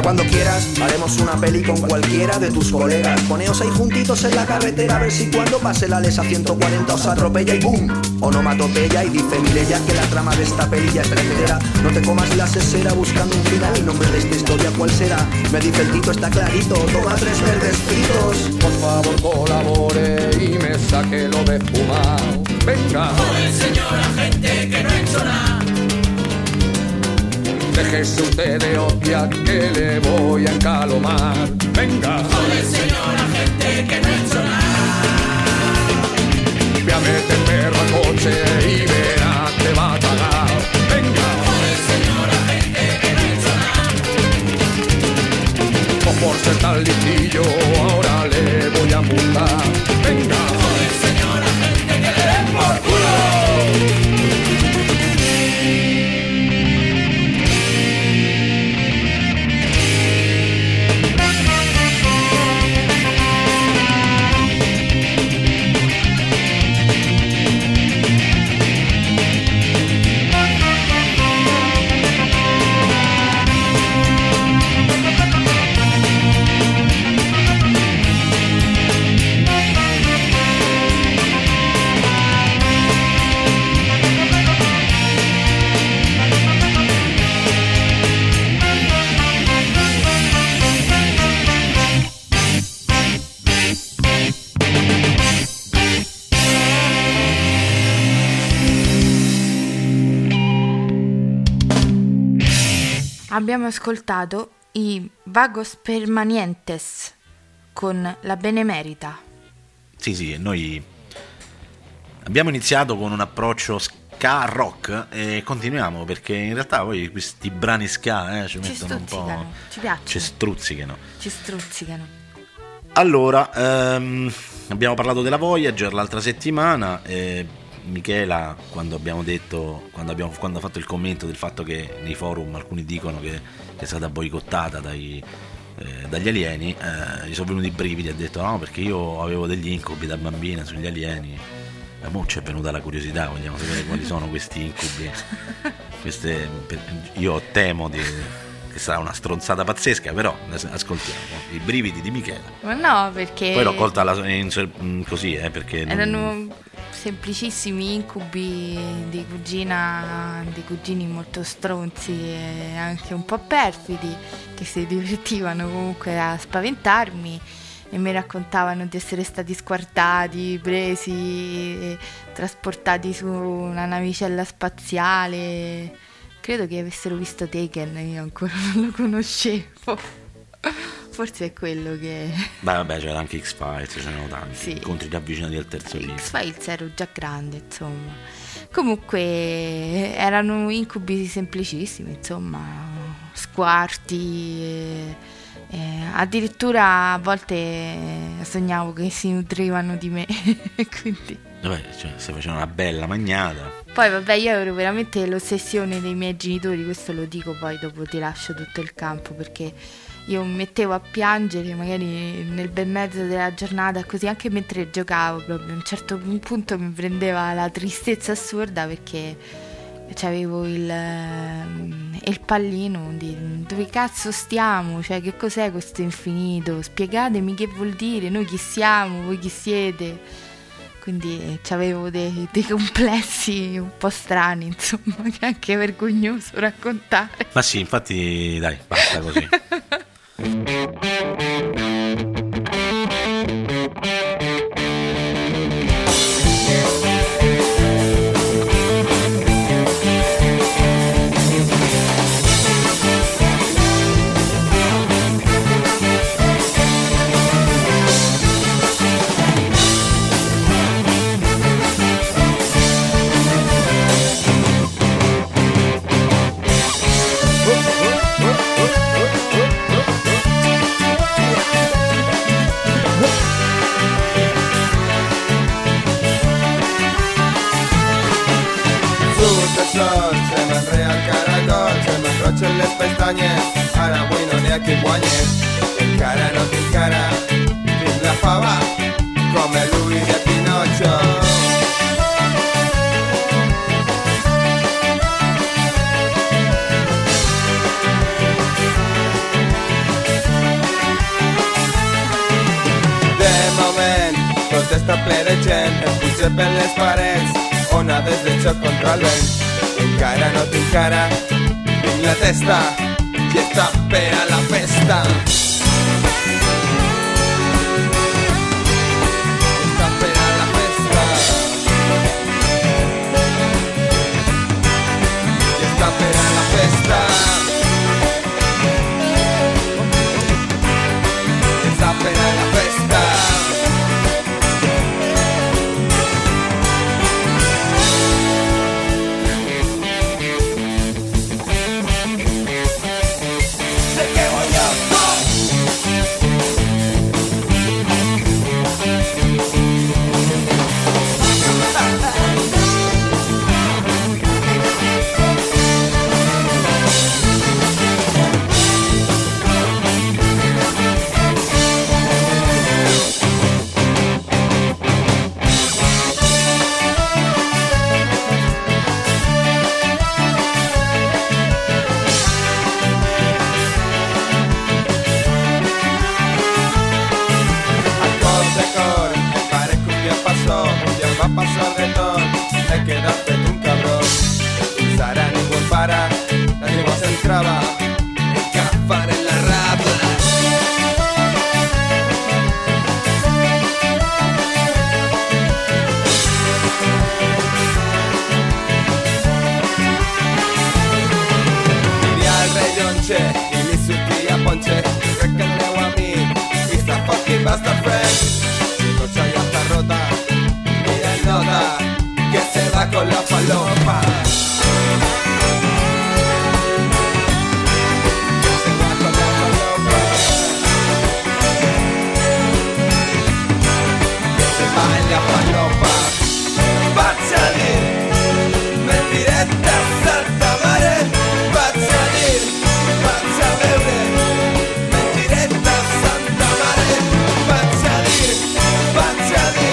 Cuando quieras haremos una peli con cualquiera de tus colegas. Poneos ahí juntitos en la carretera a ver si cuando pase la Lesa ciento cuarenta os atropella y boom, onomatopeya. Y dice Mireia que la trama de esta peli ya está entera. No te comas la sesera buscando un final. El nombre de esta historia ¿cuál será? Me dice el Tito, está clarito, toma tres verdes fritos. Por favor colabore y me saque lo de fumar. Venga. Joder, señor agente, que no he hecho nada. Déjese usted de hostia que le voy a encalomar. Venga. Joder, señor agente, que no he hecho nada. Voy a meter perro al coche y verá que va a pagar. Venga. Joder, señor agente, que no he hecho nada. O por ser tan listillo ahora le voy a multar. Venga. Joder, señor agente, que le den por culo. Abbiamo ascoltato i Vagos Permanentes con La Benemerita. Sì, sì, noi abbiamo iniziato con un approccio ska rock e continuiamo perché in realtà poi questi brani ska eh, ci, ci mettono un po', ci piacciono, ci struzzicano. Ci struzzicano. Allora, ehm, abbiamo parlato della Voyager l'altra settimana e Michela, quando abbiamo detto, quando abbiamo quando ha fatto il commento del fatto che nei forum alcuni dicono che è stata boicottata dai, eh, dagli alieni, eh, gli sono venuti i brividi, ha detto no perché io avevo degli incubi da bambina sugli alieni e mo' ci è venuta la curiosità, vogliamo sapere quali sono questi incubi. Queste, io temo di, che sarà una stronzata pazzesca, però ascoltiamo i brividi di Michela. Ma no, perché poi l'ho colta la, in, così eh, perché erano non... semplicissimi incubi di cugina, di cugini molto stronzi e anche un po' perfidi che si divertivano comunque a spaventarmi e mi raccontavano di essere stati squartati, presi, trasportati su una navicella spaziale. Credo che avessero visto Taken, io ancora non lo conoscevo. Forse è quello che... Beh vabbè, c'era anche X-Files, ce n'erano tanti, sì. Incontri ravvicinati al terzo libro. X-Files ero già grande, insomma. Comunque erano incubi semplicissimi, insomma, squarti, e, e addirittura a volte sognavo che si nutrivano di me, quindi... Vabbè, cioè, se facevano una bella magnata. Poi vabbè, io ero veramente l'ossessione dei miei genitori, questo lo dico, poi dopo ti lascio tutto il campo, perché io mi mettevo a piangere magari nel bel mezzo della giornata, così anche mentre giocavo, proprio a un certo punto mi prendeva la tristezza assurda perché c'avevo il, il pallino di dove cazzo stiamo, cioè che cos'è questo infinito, spiegatemi che vuol dire, noi chi siamo, voi chi siete. Quindi avevo dei, dei complessi un po' strani, insomma, che è anche vergognoso raccontare. Ma sì, infatti, dai, basta così. En las pestañas, ahora bueno de aquí guañes. El cara no te cara, es la fava, come Luis de Pinocho. mentre està ple de gent, em puja per les parets, onades de xoc contra el vent. Encara no tinc cara, tinc la testa, i està per a la festa. Està per a la festa. I està per a la festa. Està per a la festa. Paso de tot, he quedat fet un cabró. Fins ara ningú em para, la llengua se'm trava, agafar en la rapa. Diria al rellonxe i li sortia ponxe, crec que el meu amic is the fucking bastard friend. Si cotxa ja està rota, que se va con la falopa. Que se va con la falopa. Que se va en la falopa. Vaig a dir mentireta santa mare. Vaig a dir, vaig a veure mentireta santa mare. Vaig a dir, vaig a dir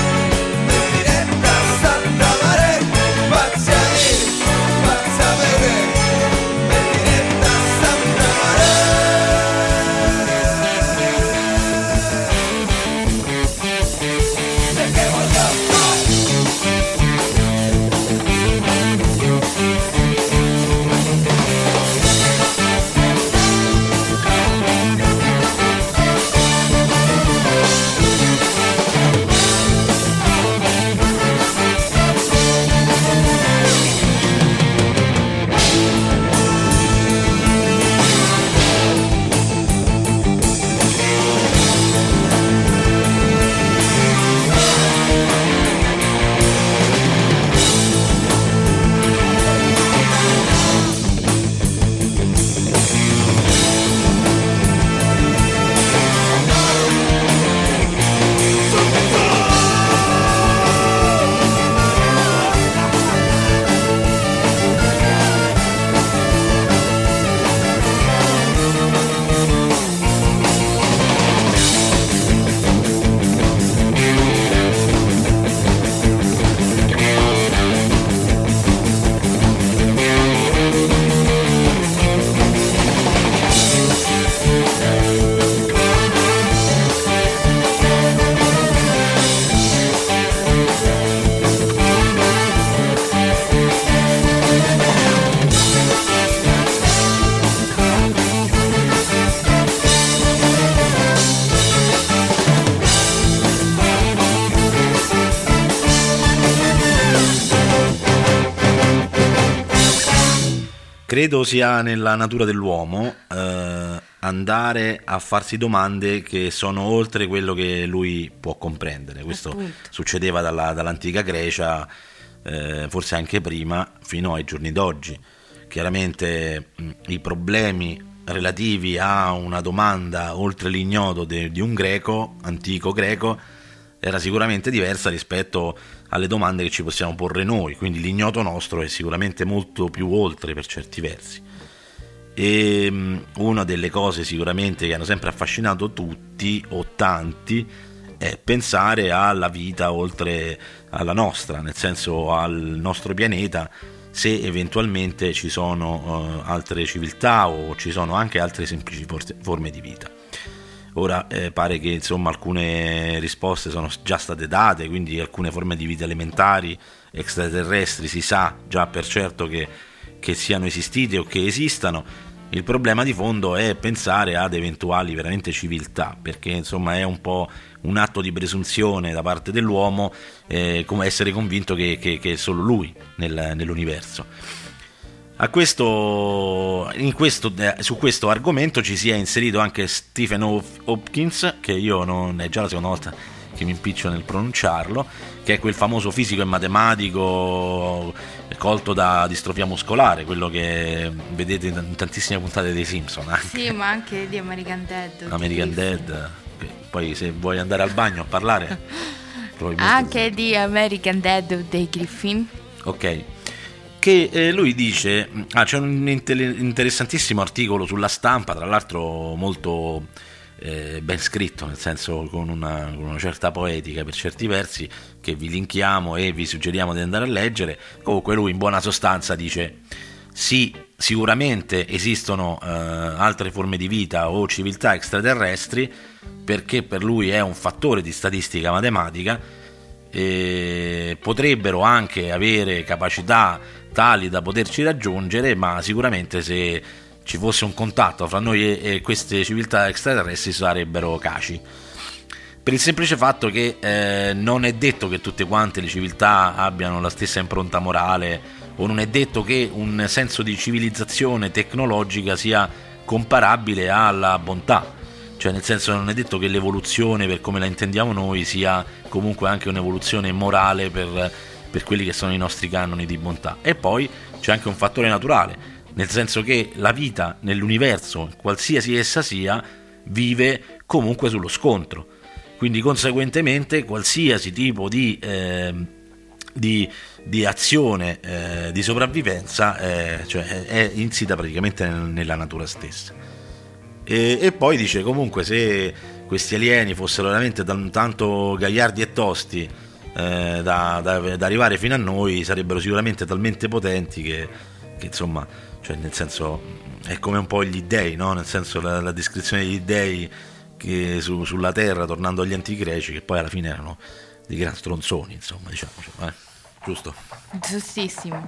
Credo sia nella natura dell'uomo eh, andare a farsi domande che sono oltre quello che lui può comprendere. Questo Appunto. succedeva dalla, dall'antica Grecia, eh, forse anche prima, fino ai giorni d'oggi. Chiaramente mh, i problemi relativi a una domanda oltre l'ignoto de, di un greco, antico greco, era sicuramente diversa rispetto alle domande che ci possiamo porre noi, quindi l'ignoto nostro è sicuramente molto più oltre per certi versi. E um, una delle cose sicuramente che hanno sempre affascinato tutti o tanti è pensare alla vita oltre alla nostra, nel senso al nostro pianeta, se eventualmente ci sono uh, altre civiltà o ci sono anche altre semplici forme di vita. Ora eh, pare che insomma alcune risposte sono già state date, quindi alcune forme di vita elementari extraterrestri si sa già per certo che, che siano esistite o che esistano. Il problema di fondo è pensare ad eventuali veramente civiltà, perché insomma è un po' un atto di presunzione da parte dell'uomo, eh, come essere convinto che, che, che è solo lui nel, nell'universo. A questo, in questo, su questo argomento ci si è inserito anche Stephen Hopkins, che io non è già la seconda volta che mi impiccio nel pronunciarlo, che è quel famoso fisico e matematico colto da distrofia muscolare, quello che vedete in tantissime puntate dei Simpson. Anche. Sì, ma anche di American Dad. American Dad. Poi se vuoi andare al bagno a parlare anche di American Dad dei Griffin. Ok. Che eh, lui dice, ah, c'è un inter- interessantissimo articolo sulla Stampa, tra l'altro molto eh, ben scritto, nel senso con una, con una certa poetica per certi versi, che vi linkiamo e vi suggeriamo di andare a leggere. Comunque lui in buona sostanza dice sì, sicuramente esistono eh, altre forme di vita o civiltà extraterrestri, perché per lui è un fattore di statistica matematica, e potrebbero anche avere capacità tali da poterci raggiungere, ma sicuramente se ci fosse un contatto fra noi e, e queste civiltà extraterrestri sarebbero caci, per il semplice fatto che eh, non è detto che tutte quante le civiltà abbiano la stessa impronta morale, o non è detto che un senso di civilizzazione tecnologica sia comparabile alla bontà. Cioè, nel senso, non è detto che l'evoluzione per come la intendiamo noi sia comunque anche un'evoluzione morale per, per quelli che sono i nostri canoni di bontà. E poi c'è anche un fattore naturale, nel senso che la vita nell'universo, qualsiasi essa sia, vive comunque sullo scontro. Quindi conseguentemente qualsiasi tipo di, eh, di, di azione eh, di sopravvivenza eh, cioè è insita praticamente nella natura stessa. E, e poi dice comunque se questi alieni fossero veramente tanto gagliardi e tosti eh, da, da, da arrivare fino a noi, sarebbero sicuramente talmente potenti che, che insomma, cioè nel senso è come un po' gli dei, no? Nel senso la, la descrizione degli dei che su, sulla terra, tornando agli antichi greci, che poi alla fine erano dei gran stronzoni, insomma, diciamo, cioè, eh, giusto? Giustissimo.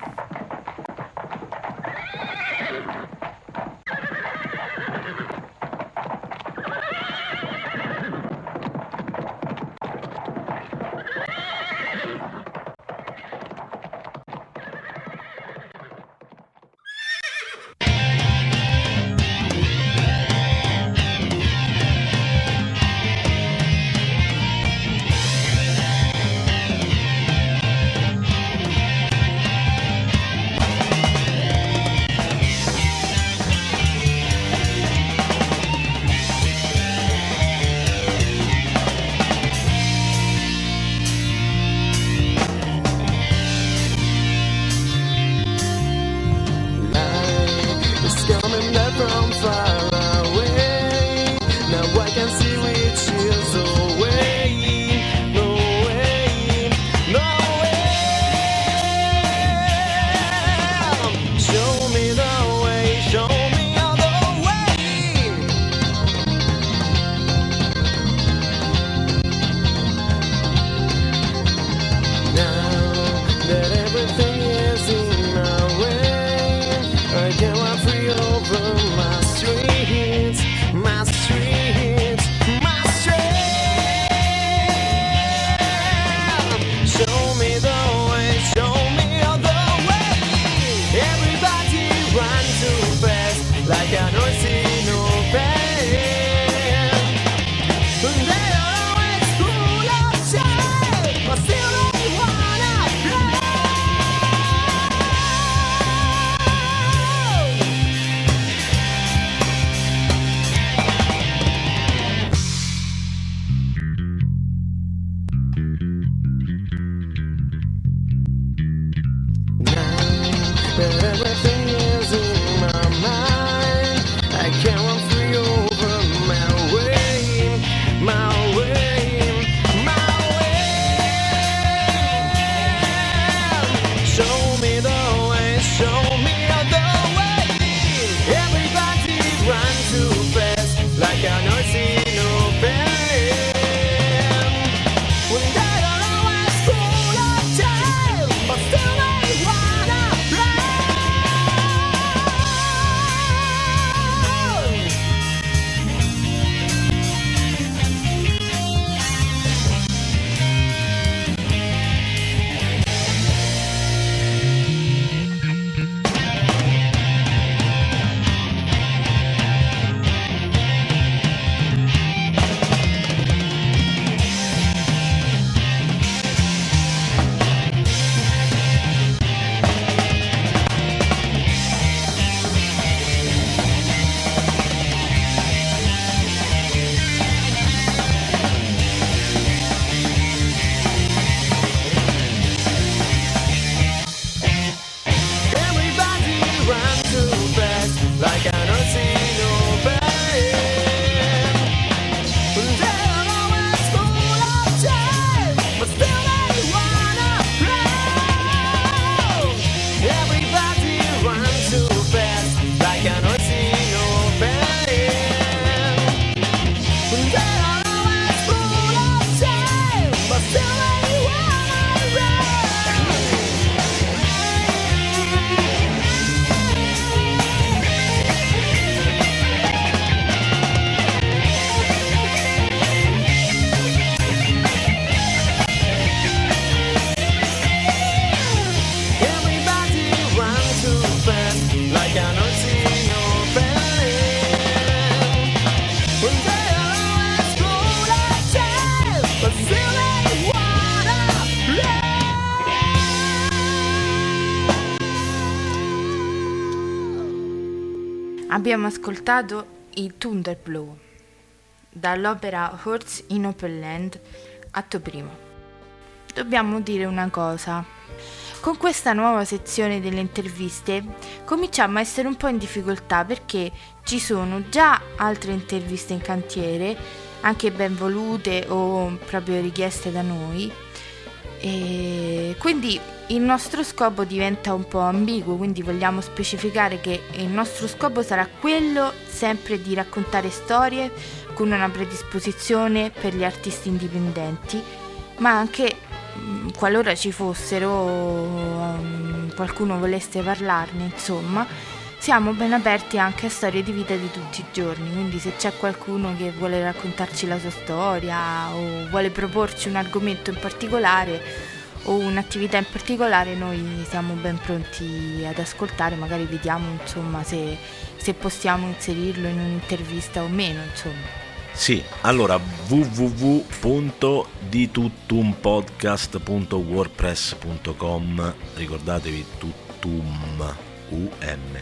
Abbiamo ascoltato i Thunderblow dall'opera Horse in Open Land, atto primo. Dobbiamo dire una cosa: con questa nuova sezione delle interviste cominciamo a essere un po' in difficoltà, perché ci sono già altre interviste in cantiere, anche ben volute o proprio richieste da noi, e quindi il nostro scopo diventa un po' ambiguo, quindi vogliamo specificare che il nostro scopo sarà quello sempre di raccontare storie con una predisposizione per gli artisti indipendenti, ma anche qualora ci fossero, um, qualcuno volesse parlarne, insomma, siamo ben aperti anche a storie di vita di tutti i giorni, quindi se c'è qualcuno che vuole raccontarci la sua storia o vuole proporci un argomento in particolare o un'attività in particolare, noi siamo ben pronti ad ascoltare, magari vediamo insomma se, se possiamo inserirlo in un'intervista o meno, insomma. Sì, allora w w w punto di tuttumpodcast punto wordpress punto com, ricordatevi tuttum U M,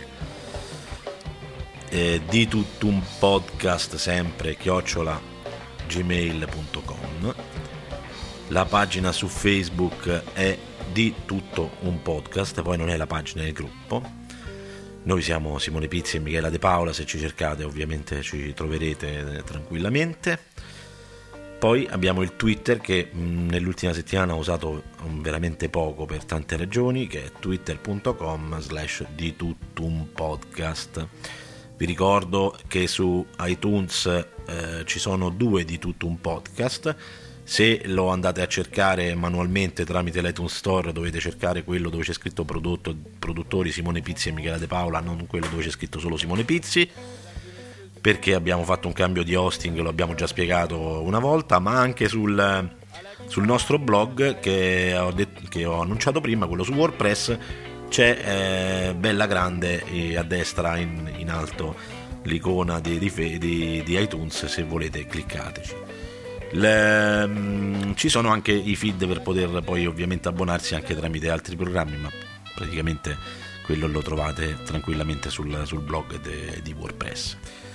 eh, di tuttumpodcast sempre chiocciola gmail punto com. La pagina su Facebook è di tutto un podcast, poi non è la pagina del gruppo. Noi siamo Simone Pizzi e Michela De Paola, se ci cercate ovviamente ci troverete tranquillamente. Poi abbiamo il Twitter che mh, nell'ultima settimana ho usato veramente poco per tante ragioni, che è twitter punto com slash di tuttumpodcast. Vi ricordo che su iTunes eh, ci sono due di tutto un podcast. Se lo andate a cercare manualmente tramite l'iTunes Store, dovete cercare quello dove c'è scritto prodotto, produttori Simone Pizzi e Michela De Paola, non quello dove c'è scritto solo Simone Pizzi, perché abbiamo fatto un cambio di hosting, lo abbiamo già spiegato una volta, ma anche sul, sul nostro blog che ho, det- che ho annunciato prima, quello su WordPress, c'è eh, bella grande eh, a destra in, in alto l'icona di, di, di, di iTunes, se volete cliccateci. Le, mh, ci sono anche i feed per poter poi ovviamente abbonarsi anche tramite altri programmi, ma praticamente quello lo trovate tranquillamente sul, sul blog de, di WordPress.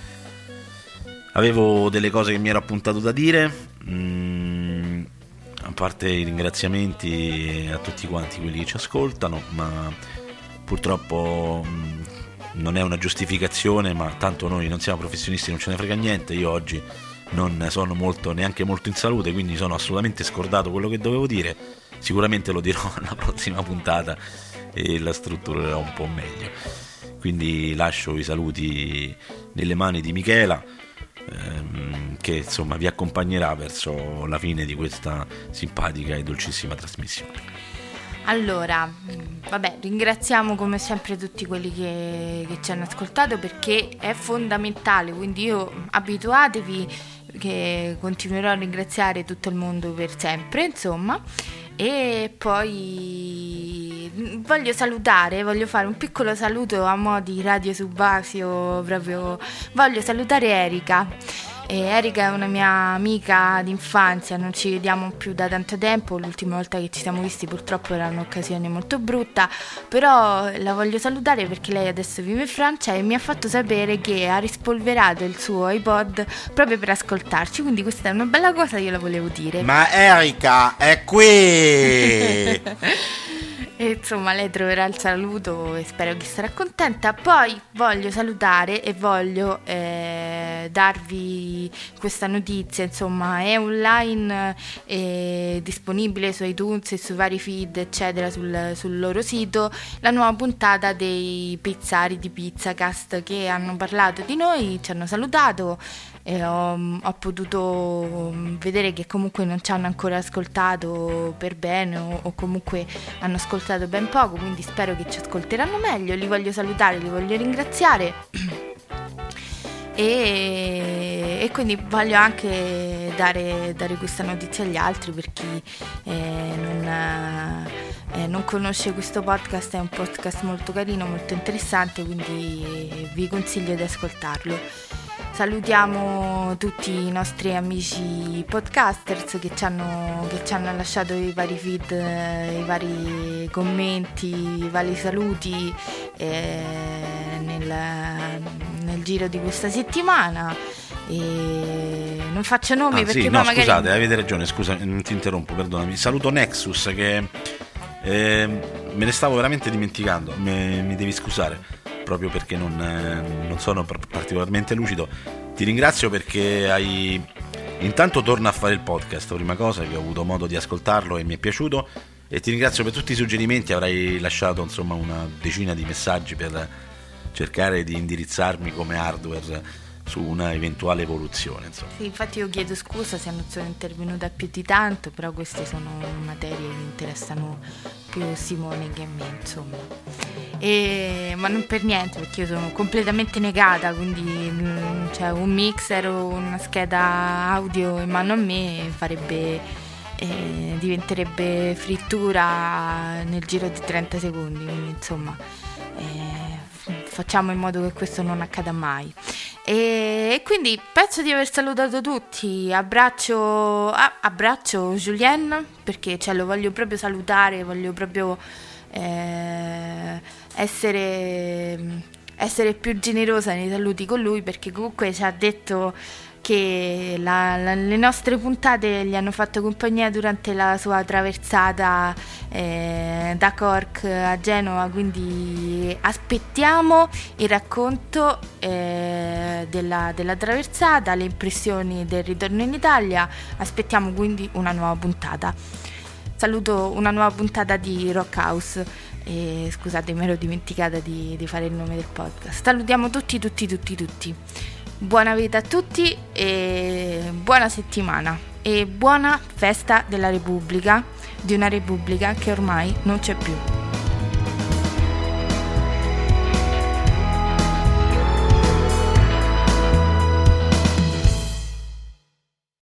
Avevo delle cose che mi ero appuntato da dire, mh, a parte i ringraziamenti a tutti quanti quelli che ci ascoltano, ma purtroppo mh, non è una giustificazione, ma tanto noi non siamo professionisti, non ce ne frega niente. Io oggi non sono molto, neanche molto in salute, quindi sono assolutamente scordato quello che dovevo dire. Sicuramente lo dirò alla prossima puntata e la strutturerò un po' meglio. Quindi lascio i saluti nelle mani di Michela, ehm, che insomma vi accompagnerà verso la fine di questa simpatica e dolcissima trasmissione. Allora, vabbè, ringraziamo come sempre tutti quelli che, che ci hanno ascoltato, perché è fondamentale, quindi io abituatevi che continuerò a ringraziare tutto il mondo per sempre, insomma. E poi voglio salutare, voglio fare un piccolo saluto a mo' di Radio Subasio, proprio voglio salutare Erika. E Erika è una mia amica d'infanzia, non ci vediamo più da tanto tempo, l'ultima volta che ci siamo visti purtroppo era un'occasione molto brutta, però la voglio salutare perché lei adesso vive in Francia e mi ha fatto sapere che ha rispolverato il suo iPod proprio per ascoltarci, quindi questa è una bella cosa, io la volevo dire. Ma Erika è qui! E insomma lei troverà il saluto e spero che sarà contenta. Poi voglio salutare e voglio eh, darvi questa notizia, insomma è online, è disponibile su iTunes e sui vari feed eccetera sul, sul loro sito, la nuova puntata dei pizzari di Pizzacast che hanno parlato di noi, ci hanno salutato. E ho, ho potuto vedere che comunque non ci hanno ancora ascoltato per bene o, o comunque hanno ascoltato ben poco, quindi spero che ci ascolteranno meglio. Li voglio salutare, li voglio ringraziare e, e quindi voglio anche dare, dare questa notizia agli altri per chi eh, non, eh, non conosce questo podcast. È un podcast molto carino, molto interessante, quindi vi consiglio di ascoltarlo. Salutiamo tutti i nostri amici podcasters che ci hanno, che ci hanno lasciato i vari feed, i vari commenti, i vari saluti eh, nel, nel giro di questa settimana. E non faccio nomi ah, perché sì, poi no, magari... scusate, avete ragione, scusa, non ti interrompo, perdonami. Saluto Nexus che eh, me ne stavo veramente dimenticando, me, mi devi scusare, proprio perché non, eh, non sono particolarmente lucido. Ti ringrazio perché hai... Intanto torna a fare il podcast, prima cosa, che ho avuto modo di ascoltarlo e mi è piaciuto, e ti ringrazio per tutti i suggerimenti. Avrai lasciato insomma una decina di messaggi per cercare di indirizzarmi come hardware su una eventuale evoluzione, insomma. Sì, infatti io chiedo scusa se non sono intervenuta più di tanto, però queste sono materie che interessano più Simone che me, insomma. E, ma non per niente, perché io sono completamente negata, quindi cioè, un mixer o una scheda audio in mano a me farebbe eh, diventerebbe frittura nel giro di trenta secondi, quindi insomma eh, facciamo in modo che questo non accada mai. E quindi penso di aver salutato tutti. Abbraccio ah, abbraccio Julien, perché cioè, lo voglio proprio salutare, voglio proprio eh, essere essere più generosa nei saluti con lui, perché comunque ci ha detto che la, la, le nostre puntate gli hanno fatto compagnia durante la sua traversata eh, da Cork a Genova, quindi aspettiamo il racconto eh, della, della traversata, le impressioni del ritorno in Italia, aspettiamo quindi una nuova puntata. Saluto una nuova puntata di Rock House e scusate, mi ero dimenticata di, di fare il nome del podcast. Salutiamo tutti tutti tutti tutti. Buona vita a tutti e buona settimana e buona festa della Repubblica, di una Repubblica che ormai non c'è più.